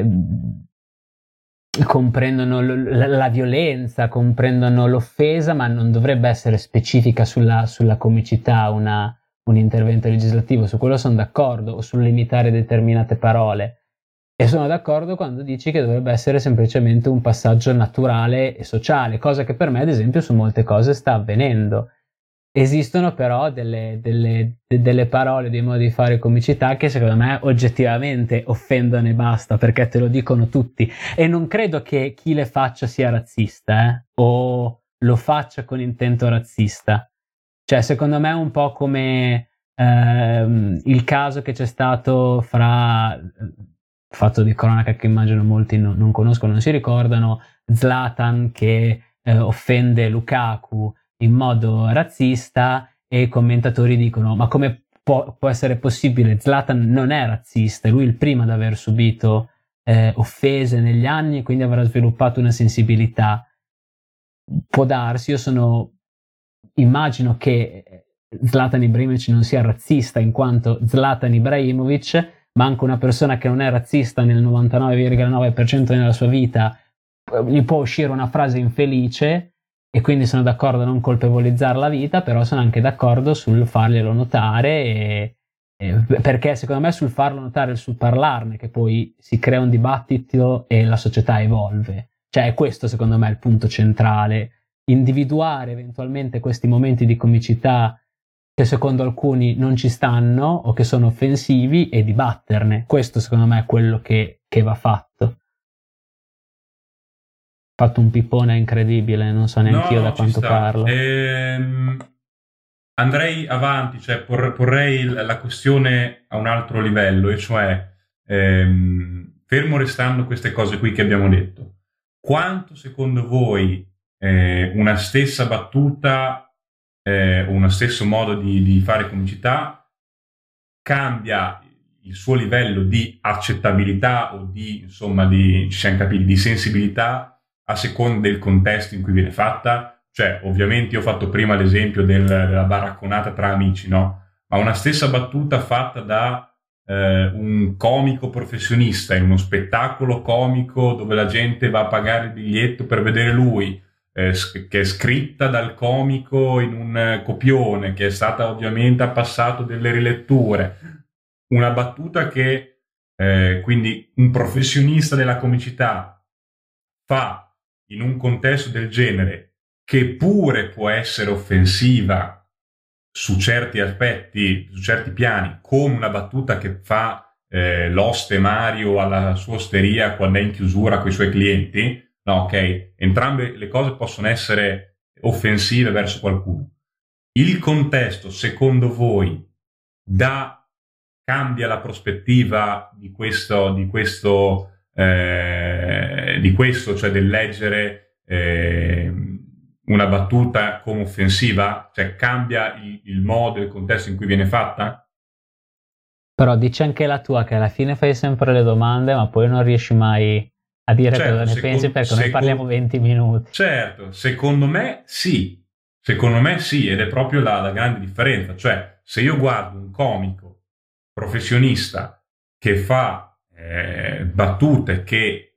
comprendono la violenza, comprendono l'offesa, ma non dovrebbe essere specifica sulla comicità un intervento legislativo. Su quello sono d'accordo, o sul limitare determinate parole. E sono d'accordo quando dici che dovrebbe essere semplicemente un passaggio naturale e sociale, cosa che per me, ad esempio, su molte cose sta avvenendo. Esistono però delle parole, dei modi di fare comicità che secondo me oggettivamente offendono e basta, perché te lo dicono tutti. E non credo che chi le faccia sia razzista o lo faccia con intento razzista. Cioè, secondo me è un po' come il caso che c'è stato fra, fatto di cronaca che immagino molti non conoscono, non si ricordano, Zlatan che offende Lukaku in modo razzista, e i commentatori dicono: ma come può essere possibile? Zlatan non è razzista, è lui il primo ad aver subito offese negli anni, e quindi avrà sviluppato una sensibilità. Può darsi, immagino che Zlatan Ibrahimovic non sia razzista in quanto Zlatan Ibrahimovic, ma anche una persona che non è razzista nel 99,9% della sua vita gli può uscire una frase infelice, e quindi sono d'accordo a non colpevolizzare la vita, però sono anche d'accordo sul farglielo notare, perché secondo me sul farlo notare e sul parlarne che poi si crea un dibattito e la società evolve. Cioè, questo secondo me è il punto centrale: individuare eventualmente questi momenti di comicità che secondo alcuni non ci stanno o che sono offensivi e dibatterne. Questo secondo me è quello che va fatto. Ho fatto un pippone incredibile, non so neanche io da quanto parlo. Andrei avanti, cioè porrei la questione a un altro livello, e cioè fermo restando queste cose qui che abbiamo detto, quanto secondo voi una stessa battuta uno stesso modo di fare comicità cambia il suo livello di accettabilità o di, insomma, ci siamo capiti, di sensibilità a seconda del contesto in cui viene fatta? Cioè, ovviamente io ho fatto prima l'esempio della baracconata tra amici, no? Ma una stessa battuta fatta da un comico professionista in uno spettacolo comico dove la gente va a pagare il biglietto per vedere lui, che è scritta dal comico in un copione, che è stata ovviamente a passato delle riletture, una battuta che quindi un professionista della comicità fa in un contesto del genere, che pure può essere offensiva su certi aspetti, su certi piani, come una battuta che fa l'oste Mario alla sua osteria quando è in chiusura con i suoi clienti. No, ok, entrambe le cose possono essere offensive verso qualcuno. Il contesto, secondo voi, cambia la prospettiva di questo, cioè del leggere una battuta come offensiva? Cioè cambia il modo e il contesto in cui viene fatta? Però dici anche la tua, che alla fine fai sempre le domande ma poi non riesci mai a dire cosa ne pensi, perché noi parliamo 20 minuti. Certo, secondo me sì, ed è proprio la grande differenza. Cioè, se io guardo un comico professionista che fa battute che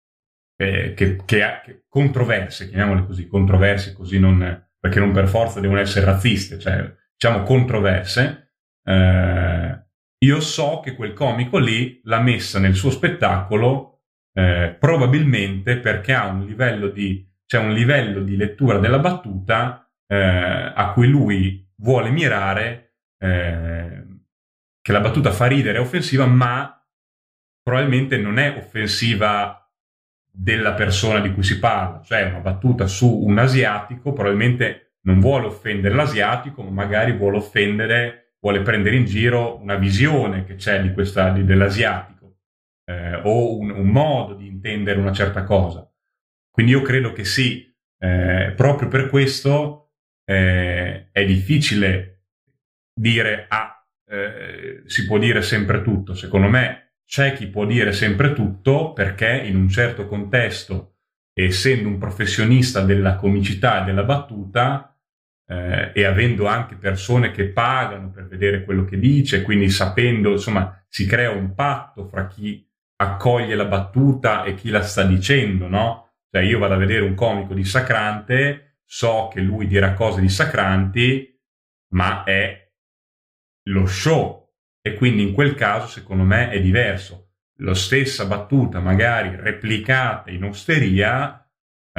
controverse, chiamiamole così, controverse così, non, perché non per forza devono essere razziste, cioè diciamo controverse, io so che quel comico lì l'ha messa nel suo spettacolo probabilmente perché ha un livello di lettura della battuta a cui lui vuole mirare, che la battuta fa ridere, è offensiva, ma probabilmente non è offensiva della persona di cui si parla. Cioè una battuta su un asiatico, probabilmente non vuole offendere l'asiatico, ma magari vuole prendere in giro una visione che c'è dell'asiatico. O un modo di intendere una certa cosa. Quindi io credo che sì, proprio per questo è difficile dire si può dire sempre tutto. Secondo me c'è chi può dire sempre tutto perché in un certo contesto, essendo un professionista della comicità e della battuta, e avendo anche persone che pagano per vedere quello che dice, quindi sapendo, insomma, si crea un patto fra chi accoglie la battuta e chi la sta dicendo, no? Cioè io vado a vedere un comico dissacrante, so che lui dirà cose dissacranti, ma è lo show, e quindi in quel caso secondo me è diverso. La stessa battuta magari replicata in osteria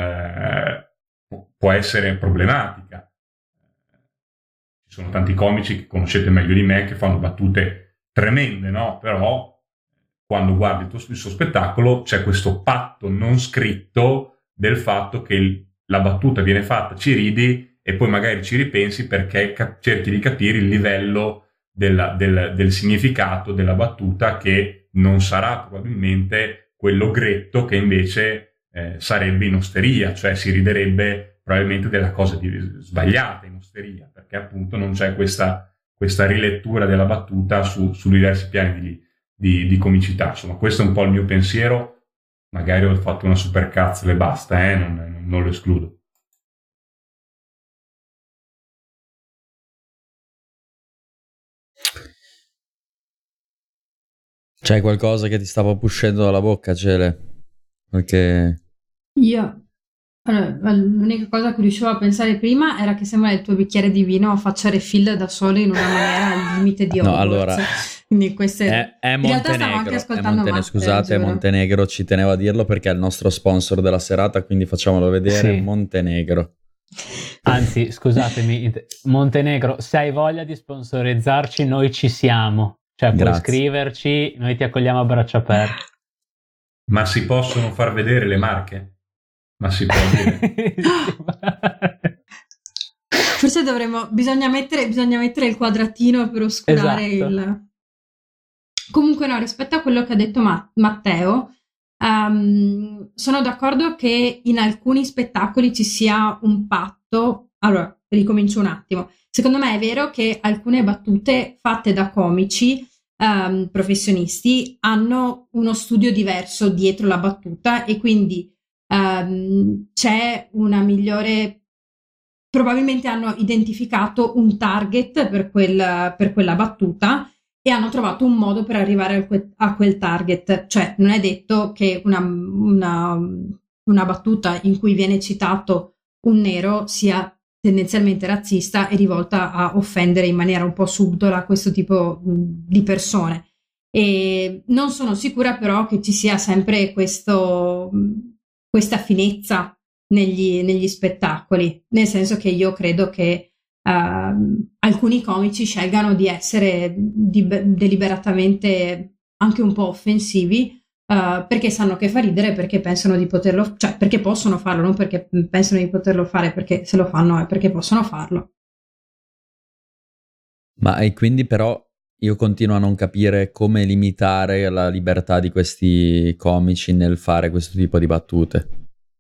può essere problematica. Ci sono tanti comici che conoscete meglio di me che fanno battute tremende, no? Però quando guardi il suo spettacolo c'è questo patto non scritto del fatto che la battuta viene fatta, ci ridi e poi magari ci ripensi perché cerchi di capire il livello del significato della battuta, che non sarà probabilmente quello gretto che invece sarebbe in osteria, cioè si riderebbe probabilmente della cosa sbagliata in osteria, perché appunto non c'è questa rilettura della battuta su diversi piani di comicità. Insomma, questo è un po' il mio pensiero. Magari ho fatto una supercazzola e basta, non lo escludo. C'è qualcosa che ti stava uscendo dalla bocca, Cele? Perché... Allora, l'unica cosa che riuscivo a pensare prima era che sembra il tuo bicchiere di vino faccia refill da solo in una maniera al limite di Hogwarts. No, allora, quindi queste... è in realtà stavo anche ascoltando Matte, scusate, è giuro. Montenegro, ci tenevo a dirlo perché è il nostro sponsor della serata, quindi facciamolo vedere. Sì. Montenegro. Anzi, scusatemi, Montenegro, se hai voglia di sponsorizzarci, noi ci siamo. Cioè, puoi Grazie. scriverci, noi ti accogliamo a braccia aperte. Ma si possono far vedere le marche? Ma si può dire? Forse bisogna mettere il quadratino per oscurare Esatto. il... Comunque no, rispetto a quello che ha detto Matteo, sono d'accordo che in alcuni spettacoli ci sia un patto. Allora, ricomincio un attimo. Secondo me è vero che alcune battute fatte da comici professionisti hanno uno studio diverso dietro la battuta e quindi c'è una migliore... Probabilmente hanno identificato un target per quella battuta e hanno trovato un modo per arrivare a quel target. Cioè, non è detto che una battuta in cui viene citato un nero sia tendenzialmente razzista e rivolta a offendere in maniera un po' subdola questo tipo di persone. E non sono sicura però che ci sia sempre questa finezza negli spettacoli, nel senso che io credo che alcuni comici scelgano di essere deliberatamente anche un po' offensivi perché sanno che fa ridere, perché pensano di poterlo, cioè perché possono farlo, non perché pensano di poterlo fare, perché se lo fanno è perché possono farlo. Ma e quindi però io continuo a non capire come limitare la libertà di questi comici nel fare questo tipo di battute.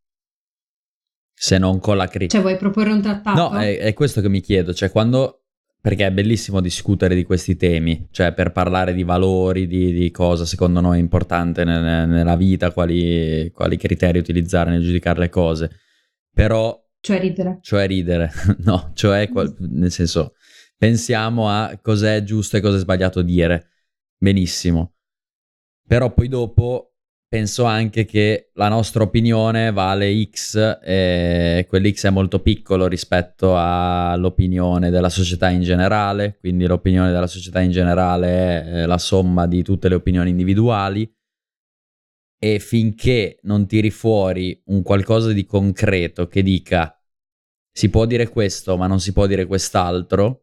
Se non con la critica. Cioè, vuoi proporre un trattato? No, è questo che mi chiedo, cioè quando... Perché è bellissimo discutere di questi temi, cioè per parlare di valori, di cosa secondo noi è importante nella vita, quali criteri utilizzare nel giudicare le cose, però... Cioè ridere. No, cioè nel senso, pensiamo a cos'è giusto e cos'è sbagliato dire, benissimo, però poi dopo... Penso anche che la nostra opinione vale X e quell'X è molto piccolo rispetto all'opinione della società in generale, quindi l'opinione della società in generale è la somma di tutte le opinioni individuali e finché non tiri fuori un qualcosa di concreto che dica si può dire questo ma non si può dire quest'altro,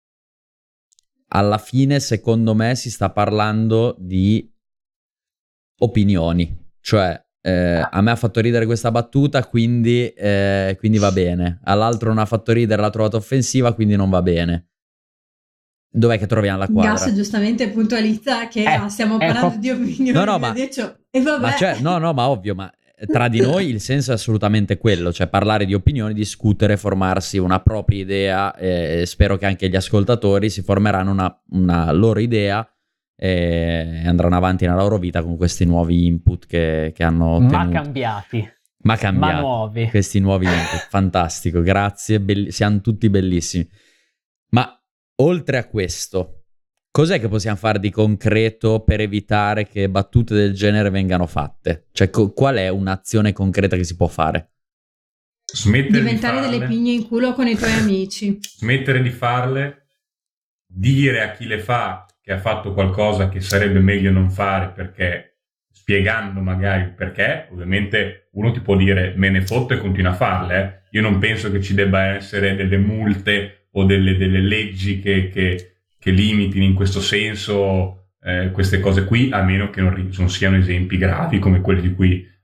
alla fine secondo me si sta parlando di opinioni, cioè a me ha fatto ridere questa battuta quindi va bene, all'altro non ha fatto ridere, l'ha trovata offensiva quindi non va bene. Dov'è che troviamo la quadra? Gas giustamente puntualizza che stiamo parlando di opinioni. No, ma, e vabbè. Ma cioè, no, ma ovvio, ma tra di noi il senso è assolutamente quello, cioè parlare di opinioni, discutere, formarsi una propria idea e spero che anche gli ascoltatori si formeranno una loro idea e andranno avanti nella loro vita con questi nuovi input che hanno ottenuto. Ma cambiati, ma nuovi. Questi nuovi input, fantastico, grazie, siamo tutti bellissimi. Ma oltre a questo, cos'è che possiamo fare di concreto per evitare che battute del genere vengano fatte? Cioè, qual è un'azione concreta che si può fare? Diventare delle pigne in culo con i tuoi amici. Smettere di farle, dire a chi le fa che ha fatto qualcosa che sarebbe meglio non fare, perché spiegando magari il perché, ovviamente uno ti può dire me ne fotto e continua a farle. Io non penso che ci debba essere delle multe o delle leggi che limitino in questo senso queste cose qui, a meno che non siano esempi gravi come quelli di cui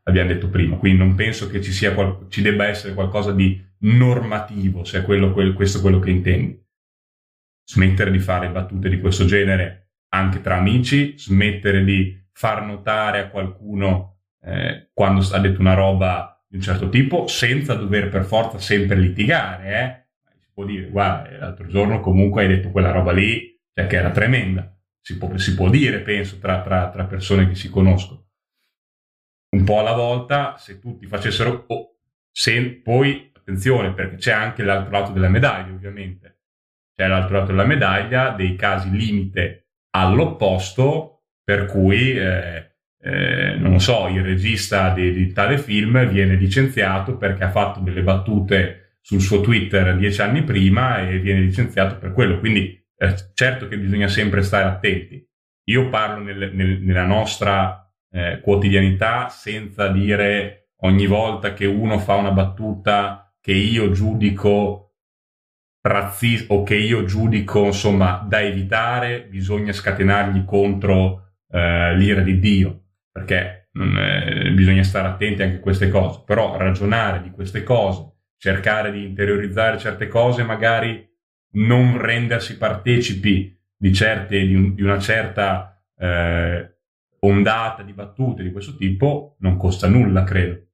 abbiamo detto prima, quindi non penso che ci debba essere qualcosa di normativo, se è questo quello che intendi. Smettere di fare battute di questo genere anche tra amici, smettere di far notare a qualcuno quando ha detto una roba di un certo tipo, senza dover per forza sempre litigare. Si può dire, guarda, l'altro giorno comunque hai detto quella roba lì, cioè che era tremenda. Si può dire, penso, tra persone che si conoscono. Un po' alla volta, se tutti facessero... poi, attenzione, perché c'è anche l'altro lato della medaglia, ovviamente. C'è l'altro lato della medaglia dei casi limite all'opposto, per cui, non lo so, il regista di tale film viene licenziato perché ha fatto delle battute sul suo Twitter 10 anni prima e viene licenziato per quello. Quindi, certo che bisogna sempre stare attenti. Io parlo nella nostra quotidianità, senza dire ogni volta che uno fa una battuta che io giudico razzista o che io giudico insomma da evitare, bisogna scatenargli contro l'ira di Dio, perché bisogna stare attenti anche a queste cose. Però ragionare di queste cose, cercare di interiorizzare certe cose, magari non rendersi partecipi di una certa ondata di battute di questo tipo, non costa nulla, credo.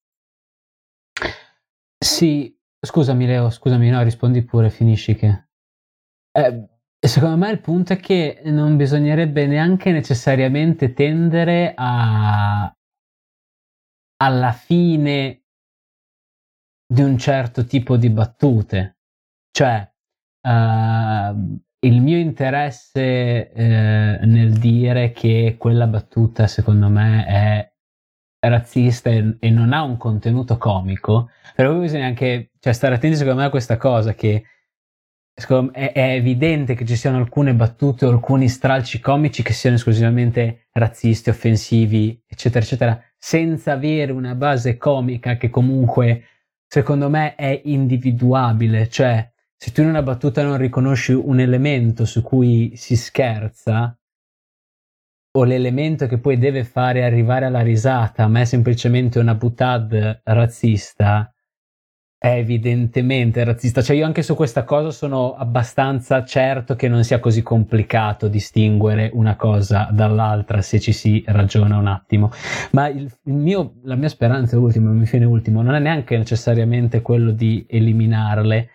Sì, scusami Leo, no, rispondi pure, finisci che... secondo me il punto è che non bisognerebbe neanche necessariamente tendere alla fine di un certo tipo di battute. Cioè, il mio interesse nel dire che quella battuta secondo me è razzista e non ha un contenuto comico, però bisogna anche stare attenti secondo me a questa cosa, che secondo me è evidente che ci siano alcune battute o alcuni stralci comici che siano esclusivamente razzisti, offensivi, eccetera eccetera, senza avere una base comica che comunque secondo me è individuabile. Cioè, se tu in una battuta non riconosci un elemento su cui si scherza, o l'elemento che poi deve fare arrivare alla risata, ma è semplicemente una boutade razzista, è evidentemente razzista. Cioè, io anche su questa cosa sono abbastanza certo che non sia così complicato distinguere una cosa dall'altra se ci si ragiona un attimo. Ma la mia speranza ultima, il mio fine ultimo, non è neanche necessariamente quello di eliminarle,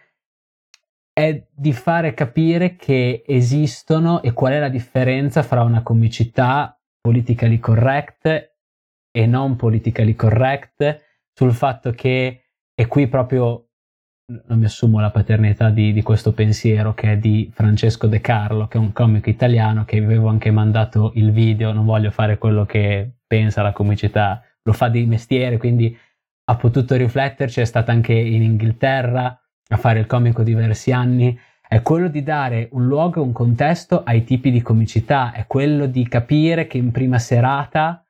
è di fare capire che esistono e qual è la differenza fra una comicità politically correct e non politically correct, sul fatto che, e qui proprio non mi assumo la paternità di questo pensiero, che è di Francesco De Carlo, che è un comico italiano che avevo anche mandato il video, non voglio fare quello che pensa la comicità, lo fa di mestiere, quindi ha potuto rifletterci, è stata anche in Inghilterra a fare il comico diversi anni. È quello di dare un luogo e un contesto ai tipi di comicità, è quello di capire che in prima serata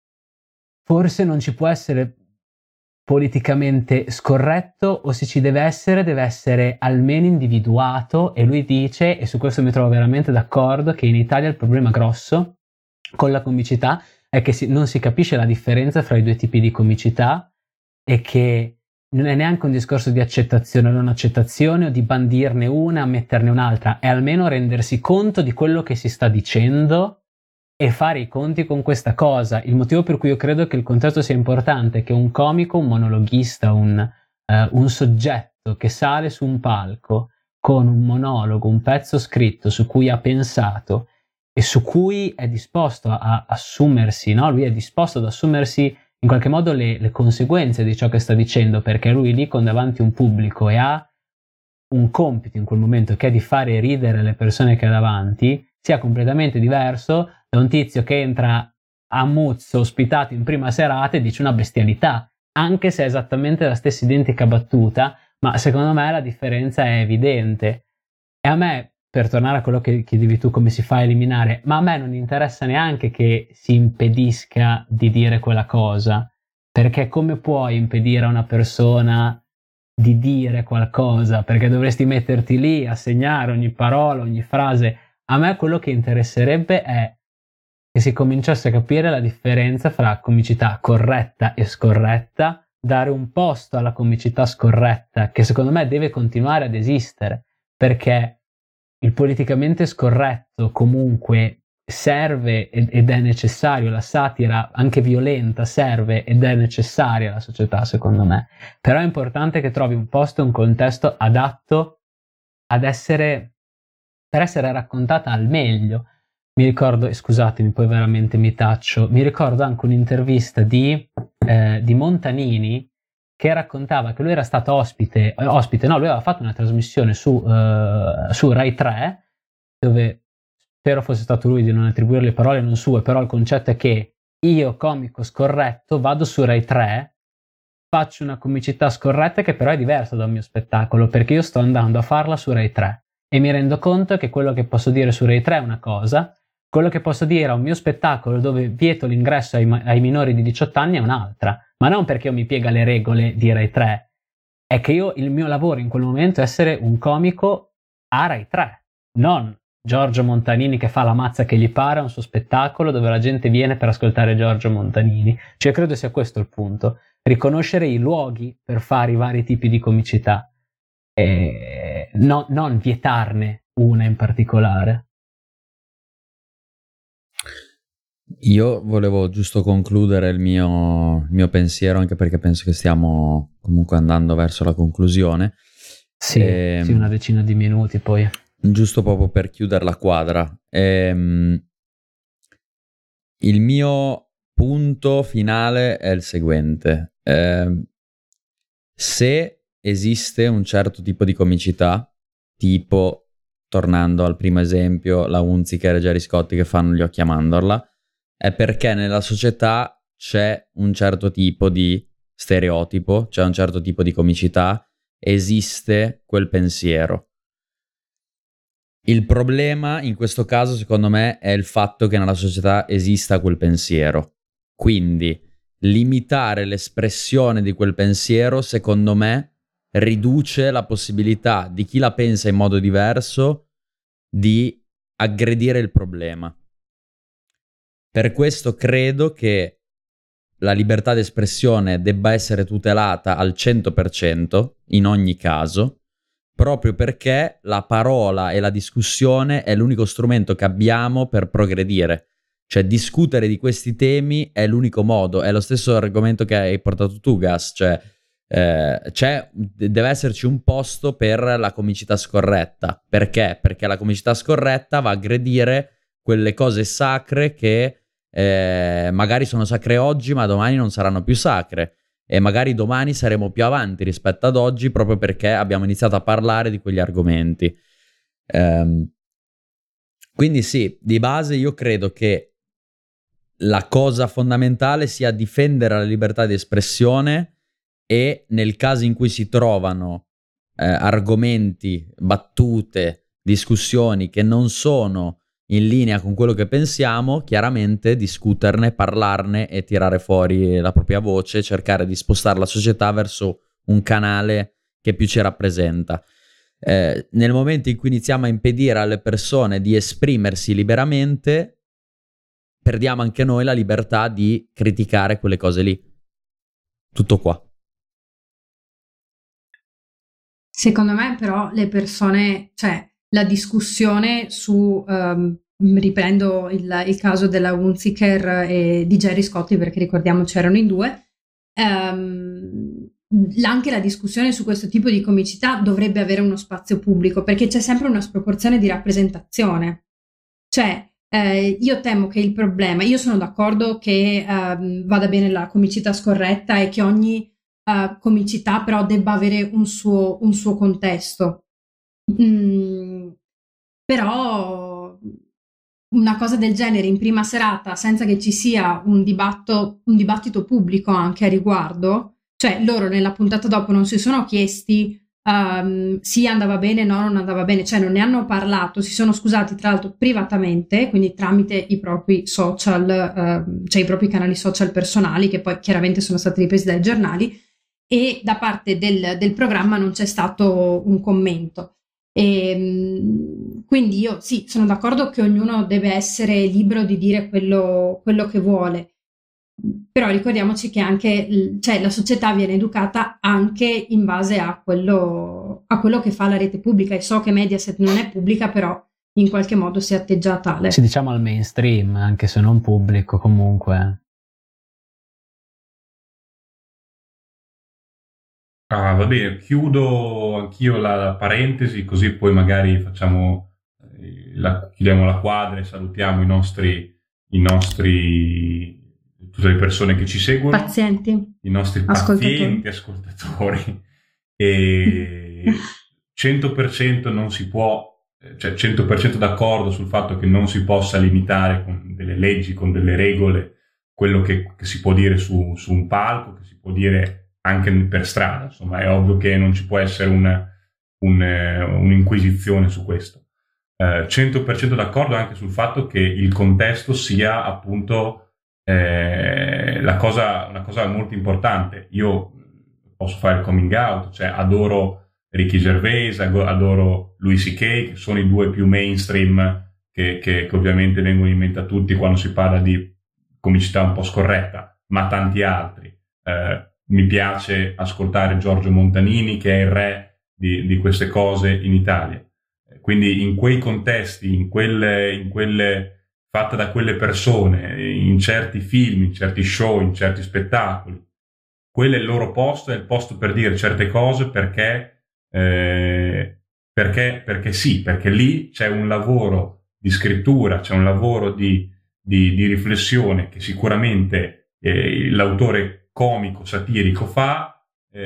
forse non ci può essere politicamente scorretto, o se ci deve essere almeno individuato. E lui dice, e su questo mi trovo veramente d'accordo, che in Italia il problema grosso con la comicità è che non si capisce la differenza fra i due tipi di comicità, e che non è neanche un discorso di accettazione o non accettazione, o di bandirne una, metterne un'altra, è almeno rendersi conto di quello che si sta dicendo e fare i conti con questa cosa. Il motivo per cui io credo che il contesto sia importante è che un comico, un monologhista, un soggetto che sale su un palco con un monologo, un pezzo scritto su cui ha pensato e su cui è disposto a assumersi, no? Lui è disposto ad assumersi in qualche modo le conseguenze di ciò che sta dicendo, perché lui lì con davanti un pubblico e ha un compito in quel momento che è di fare ridere le persone che ha davanti, sia completamente diverso da un tizio che entra a muzzo ospitato in prima serata e dice una bestialità, anche se è esattamente la stessa identica battuta, ma secondo me la differenza è evidente. E a me, per tornare a quello che chiedevi tu, come si fa a eliminare, ma a me non interessa neanche che si impedisca di dire quella cosa, perché come puoi impedire a una persona di dire qualcosa? Perché dovresti metterti lì a segnare ogni parola, ogni frase. A me quello che interesserebbe è che si cominciasse a capire la differenza fra comicità corretta e scorretta, dare un posto alla comicità scorretta, che secondo me deve continuare ad esistere, perché il politicamente scorretto comunque serve ed è necessario, la satira anche violenta serve ed è necessaria alla società, secondo me. Però è importante che trovi un posto, un contesto adatto per essere raccontata al meglio. Mi ricordo, scusatemi, poi veramente mi taccio, mi ricordo anche un'intervista di Montanini, che raccontava che lui era stato ospite, lui aveva fatto una trasmissione su Rai 3, dove spero fosse stato lui di non attribuire le parole non sue, però il concetto è che io, comico scorretto, vado su Rai 3, faccio una comicità scorretta che però è diversa dal mio spettacolo, perché io sto andando a farla su Rai 3 e mi rendo conto che quello che posso dire su Rai 3 è una cosa, quello che posso dire a un mio spettacolo dove vieto l'ingresso ai minori di 18 anni è un'altra, ma non perché io mi piega le regole di Rai 3, è che il mio lavoro in quel momento è essere un comico a Rai 3, non Giorgio Montanini che fa la mazza che gli pare a un suo spettacolo dove la gente viene per ascoltare Giorgio Montanini. Cioè credo sia questo il punto, riconoscere i luoghi per fare i vari tipi di comicità, non vietarne una in particolare. Io volevo giusto concludere il mio pensiero, anche perché penso che stiamo comunque andando verso la conclusione. Sì, una decina di minuti poi. Giusto proprio per chiudere la quadra. Il mio punto finale è il seguente. Se esiste un certo tipo di comicità, tipo, tornando al primo esempio, la Hunziker e Gerry Scotti che fanno Gli occhi a mandorla, è perché nella società c'è un certo tipo di stereotipo, c'è un certo tipo di comicità, esiste quel pensiero. Il problema in questo caso, secondo me, è il fatto che nella società esista quel pensiero. Quindi limitare l'espressione di quel pensiero, secondo me, riduce la possibilità di chi la pensa in modo diverso di aggredire il problema. Per questo credo che la libertà d'espressione debba essere tutelata al 100% in ogni caso, proprio perché la parola e la discussione è l'unico strumento che abbiamo per progredire. Cioè discutere di questi temi è l'unico modo, è lo stesso argomento che hai portato tu, Gas, cioè deve esserci un posto per la comicità scorretta. Perché? Perché la comicità scorretta va a aggredire quelle cose sacre che magari sono sacre oggi ma domani non saranno più sacre, e magari domani saremo più avanti rispetto ad oggi proprio perché abbiamo iniziato a parlare di quegli argomenti. Quindi sì, di base io credo che la cosa fondamentale sia difendere la libertà di espressione, e nel caso in cui si trovano argomenti, battute, discussioni che non sono in linea con quello che pensiamo, chiaramente discuterne, parlarne e tirare fuori la propria voce, cercare di spostare la società verso un canale che più ci rappresenta. Nel momento in cui iniziamo a impedire alle persone di esprimersi liberamente, perdiamo anche noi la libertà di criticare quelle cose lì. Tutto qua. Secondo me però le persone, cioè la discussione su, riprendo il caso della Hunziker e di Gerry Scotti, perché ricordiamoci erano in due, anche la discussione su questo tipo di comicità dovrebbe avere uno spazio pubblico, perché c'è sempre una sproporzione di rappresentazione. Cioè io temo che il problema, io sono d'accordo che vada bene la comicità scorretta e che ogni comicità però debba avere un suo contesto. Però una cosa del genere in prima serata senza che ci sia un dibattito pubblico anche a riguardo, cioè loro nella puntata dopo non si sono chiesti sì andava bene, no non andava bene, cioè non ne hanno parlato, si sono scusati tra l'altro privatamente, quindi tramite i propri social, cioè i propri canali social personali, che poi chiaramente sono stati ripresi dai giornali, e da parte del programma non c'è stato un commento. Quindi io sì, sono d'accordo che ognuno deve essere libero di dire quello che vuole, però ricordiamoci che anche cioè, la società viene educata anche in base a quello che fa la rete pubblica, e so che Mediaset non è pubblica, però in qualche modo si atteggia tale. Sì, diciamo al mainstream, anche se non pubblico comunque. Va bene, chiudo anch'io la parentesi, così poi magari chiudiamo la quadra e salutiamo tutte le persone che ci seguono, Pazienti, i nostri pazienti ascoltatori. E 100% non si può, cioè 100% d'accordo sul fatto che non si possa limitare con delle leggi, con delle regole, quello che si può dire su un palco, che si può dire anche per strada. Insomma, è ovvio che non ci può essere un'inquisizione su questo. 100% d'accordo anche sul fatto che il contesto sia appunto una cosa molto importante. Io posso fare il coming out, cioè adoro Ricky Gervais, adoro Louis C.K., che sono i due più mainstream che ovviamente vengono in mente a tutti quando si parla di comicità un po' scorretta, ma tanti altri. Mi piace ascoltare Giorgio Montanini, che è il re di queste cose in Italia. Quindi in quei contesti, in quelle fatte da quelle persone, in certi film, in certi show, in certi spettacoli, quello è il loro posto, è il posto per dire certe cose perché sì, perché lì c'è un lavoro di scrittura, c'è un lavoro di riflessione che sicuramente l'autore comico, satirico fa,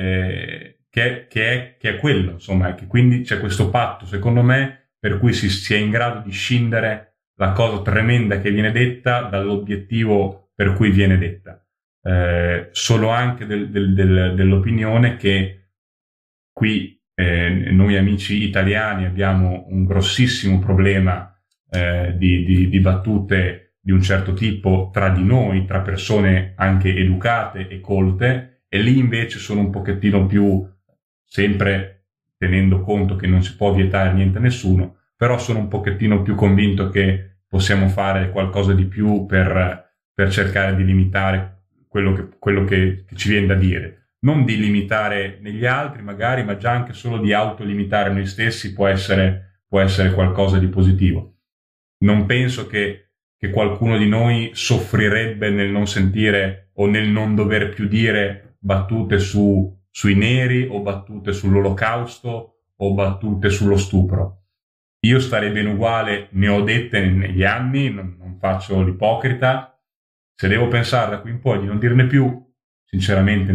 che è quello, insomma, che quindi c'è questo patto, secondo me, per cui si è in grado di scindere la cosa tremenda che viene detta dall'obiettivo per cui viene detta. Sono anche dell'opinione che qui noi amici italiani abbiamo un grossissimo problema di battute di un certo tipo tra di noi, tra persone anche educate e colte, e lì invece sono un pochettino più, sempre tenendo conto che non si può vietare niente a nessuno, però sono un pochettino più convinto che possiamo fare qualcosa di più per cercare di limitare quello che ci viene da dire. Non di limitare negli altri magari, ma già anche solo di autolimitare noi stessi può essere qualcosa di positivo. Non penso che qualcuno di noi soffrirebbe nel non sentire o nel non dover più dire battute sui neri o battute sull'olocausto o battute sullo stupro. Io starei bene uguale, ne ho dette negli anni, non faccio l'ipocrita. Se devo pensare da qui in poi di non dirne più, sinceramente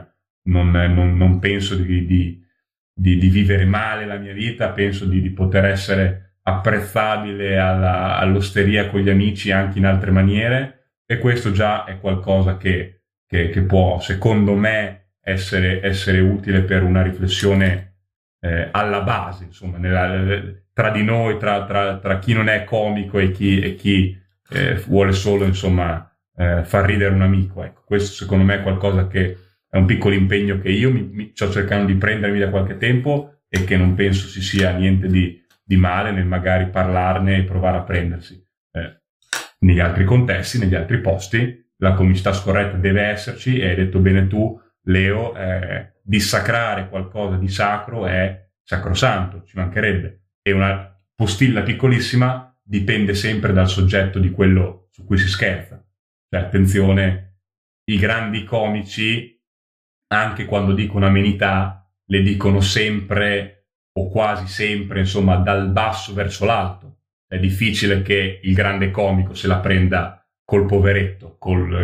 non penso di vivere male la mia vita, penso di poter essere apprezzabile all'osteria con gli amici anche in altre maniere, e questo già è qualcosa che può, secondo me, essere utile per una riflessione alla base, insomma, tra di noi, tra chi non è comico e chi vuole solo, insomma, far ridere un amico. Ecco, questo secondo me è qualcosa che è un piccolo impegno che io mi sto cercando di prendermi da qualche tempo, e che non penso ci sia niente di male nel magari parlarne e provare a prendersi. Negli altri contesti, negli altri posti, la comicità scorretta deve esserci, e hai detto bene tu, Leo, dissacrare qualcosa di sacro è sacrosanto, ci mancherebbe. E una postilla piccolissima: dipende sempre dal soggetto di quello su cui si scherza. Cioè, attenzione, i grandi comici, anche quando dicono amenità, le dicono sempre o quasi sempre, insomma, dal basso verso l'alto. È difficile che il grande comico se la prenda col poveretto,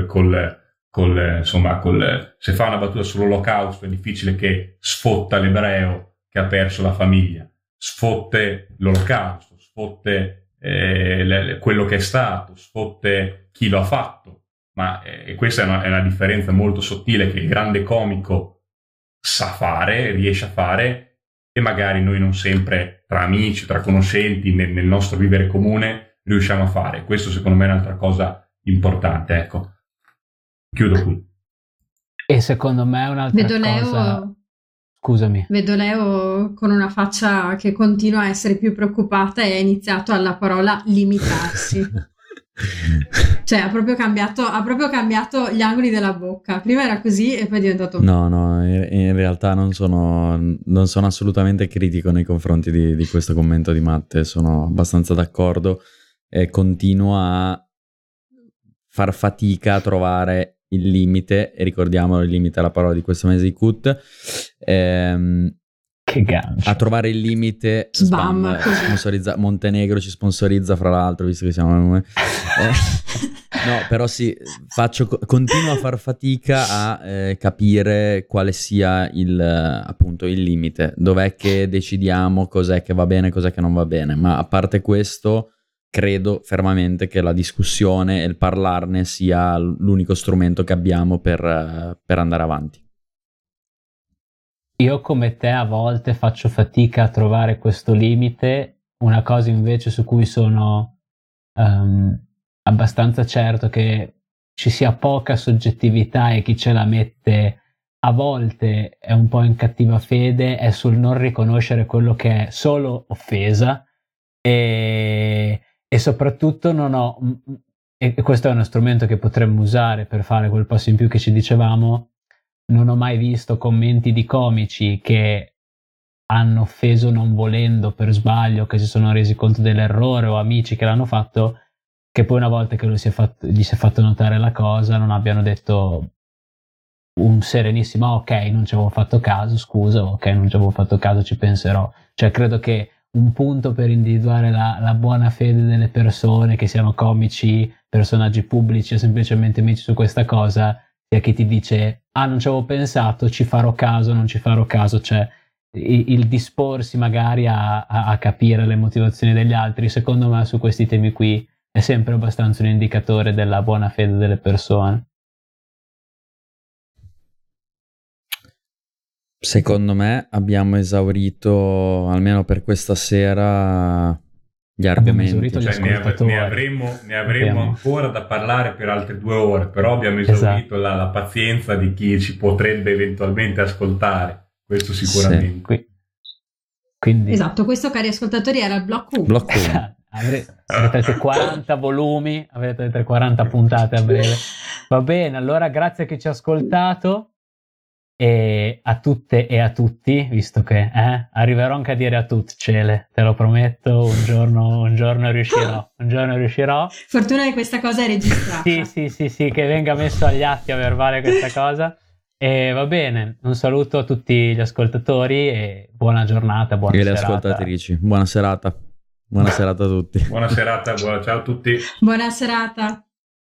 se fa una battuta sull'olocausto è difficile che sfotta l'ebreo che ha perso la famiglia, sfotte l'olocausto, sfotte quello che è stato, sfotte chi lo ha fatto. Ma questa è una differenza molto sottile che il grande comico sa fare, riesce a fare, e magari noi non sempre, tra amici, tra conoscenti, nel nostro vivere comune, riusciamo a fare. Questo secondo me è un'altra cosa importante, ecco. Chiudo qui. E secondo me è un'altra cosa... Leo... Scusami. Vedo Leo con una faccia che continua a essere più preoccupata e ha iniziato alla parola limitarsi. Cioè ha proprio cambiato gli angoli della bocca. Prima era così e poi è diventato... No, in realtà non sono assolutamente critico nei confronti di questo commento di Matte, sono abbastanza d'accordo e continuo a far fatica a trovare il limite, e ricordiamolo, il limite è la parola di questo mese di CUT, che gancio. a trovare il limite. Sbam, sponsorizza, Montenegro ci sponsorizza, fra l'altro, visto che siamo no, però sì, continuo a far fatica a capire quale sia appunto il limite, dov'è che decidiamo cos'è che va bene, cos'è che non va bene, ma a parte questo credo fermamente che la discussione e il parlarne sia l'unico strumento che abbiamo per andare avanti. Io come te a volte faccio fatica a trovare questo limite. Una cosa invece su cui sono abbastanza certo che ci sia poca soggettività e chi ce la mette a volte è un po' in cattiva fede, è sul non riconoscere quello che è solo offesa e soprattutto non ho, e questo è uno strumento che potremmo usare per fare quel passo in più che ci dicevamo, non ho mai visto commenti di comici che hanno offeso non volendo per sbaglio, che si sono resi conto dell'errore, o amici che l'hanno fatto, che poi una volta che gli si è fatto notare la cosa non abbiano detto un serenissimo ok, non ci avevo fatto caso, scusa, ok, non ci avevo fatto caso, ci penserò. Cioè credo che un punto per individuare la buona fede delle persone, che siano comici, personaggi pubblici o semplicemente amici su questa cosa, sia chi ti dice non ci avevo pensato, ci farò caso, non ci farò caso. Cioè il disporsi magari a capire le motivazioni degli altri, secondo me su questi temi qui è sempre abbastanza un indicatore della buona fede delle persone. Secondo me abbiamo esaurito, almeno per questa sera, gli argomenti. Cioè, ne avremo ancora da parlare per altre 2 ore, però abbiamo esaurito la pazienza di chi ci potrebbe eventualmente ascoltare, questo sicuramente. Sì. Quindi... Esatto, questo cari ascoltatori era il blocco 1. Avrete altri 40 volumi, avrete altre 40 puntate a breve. Va bene, allora grazie a chi ci ha ascoltato. E a tutte e a tutti, visto che arriverò anche a dire a tutti, Cele, te lo prometto, un giorno riuscirò. Fortuna che questa cosa è registrata. Sì, che venga messo agli atti a verbale questa cosa. E va bene, un saluto a tutti gli ascoltatori e buona giornata, buona serata. E le ascoltatrici, buona serata a tutti. Buona serata, ciao a tutti. Buona serata.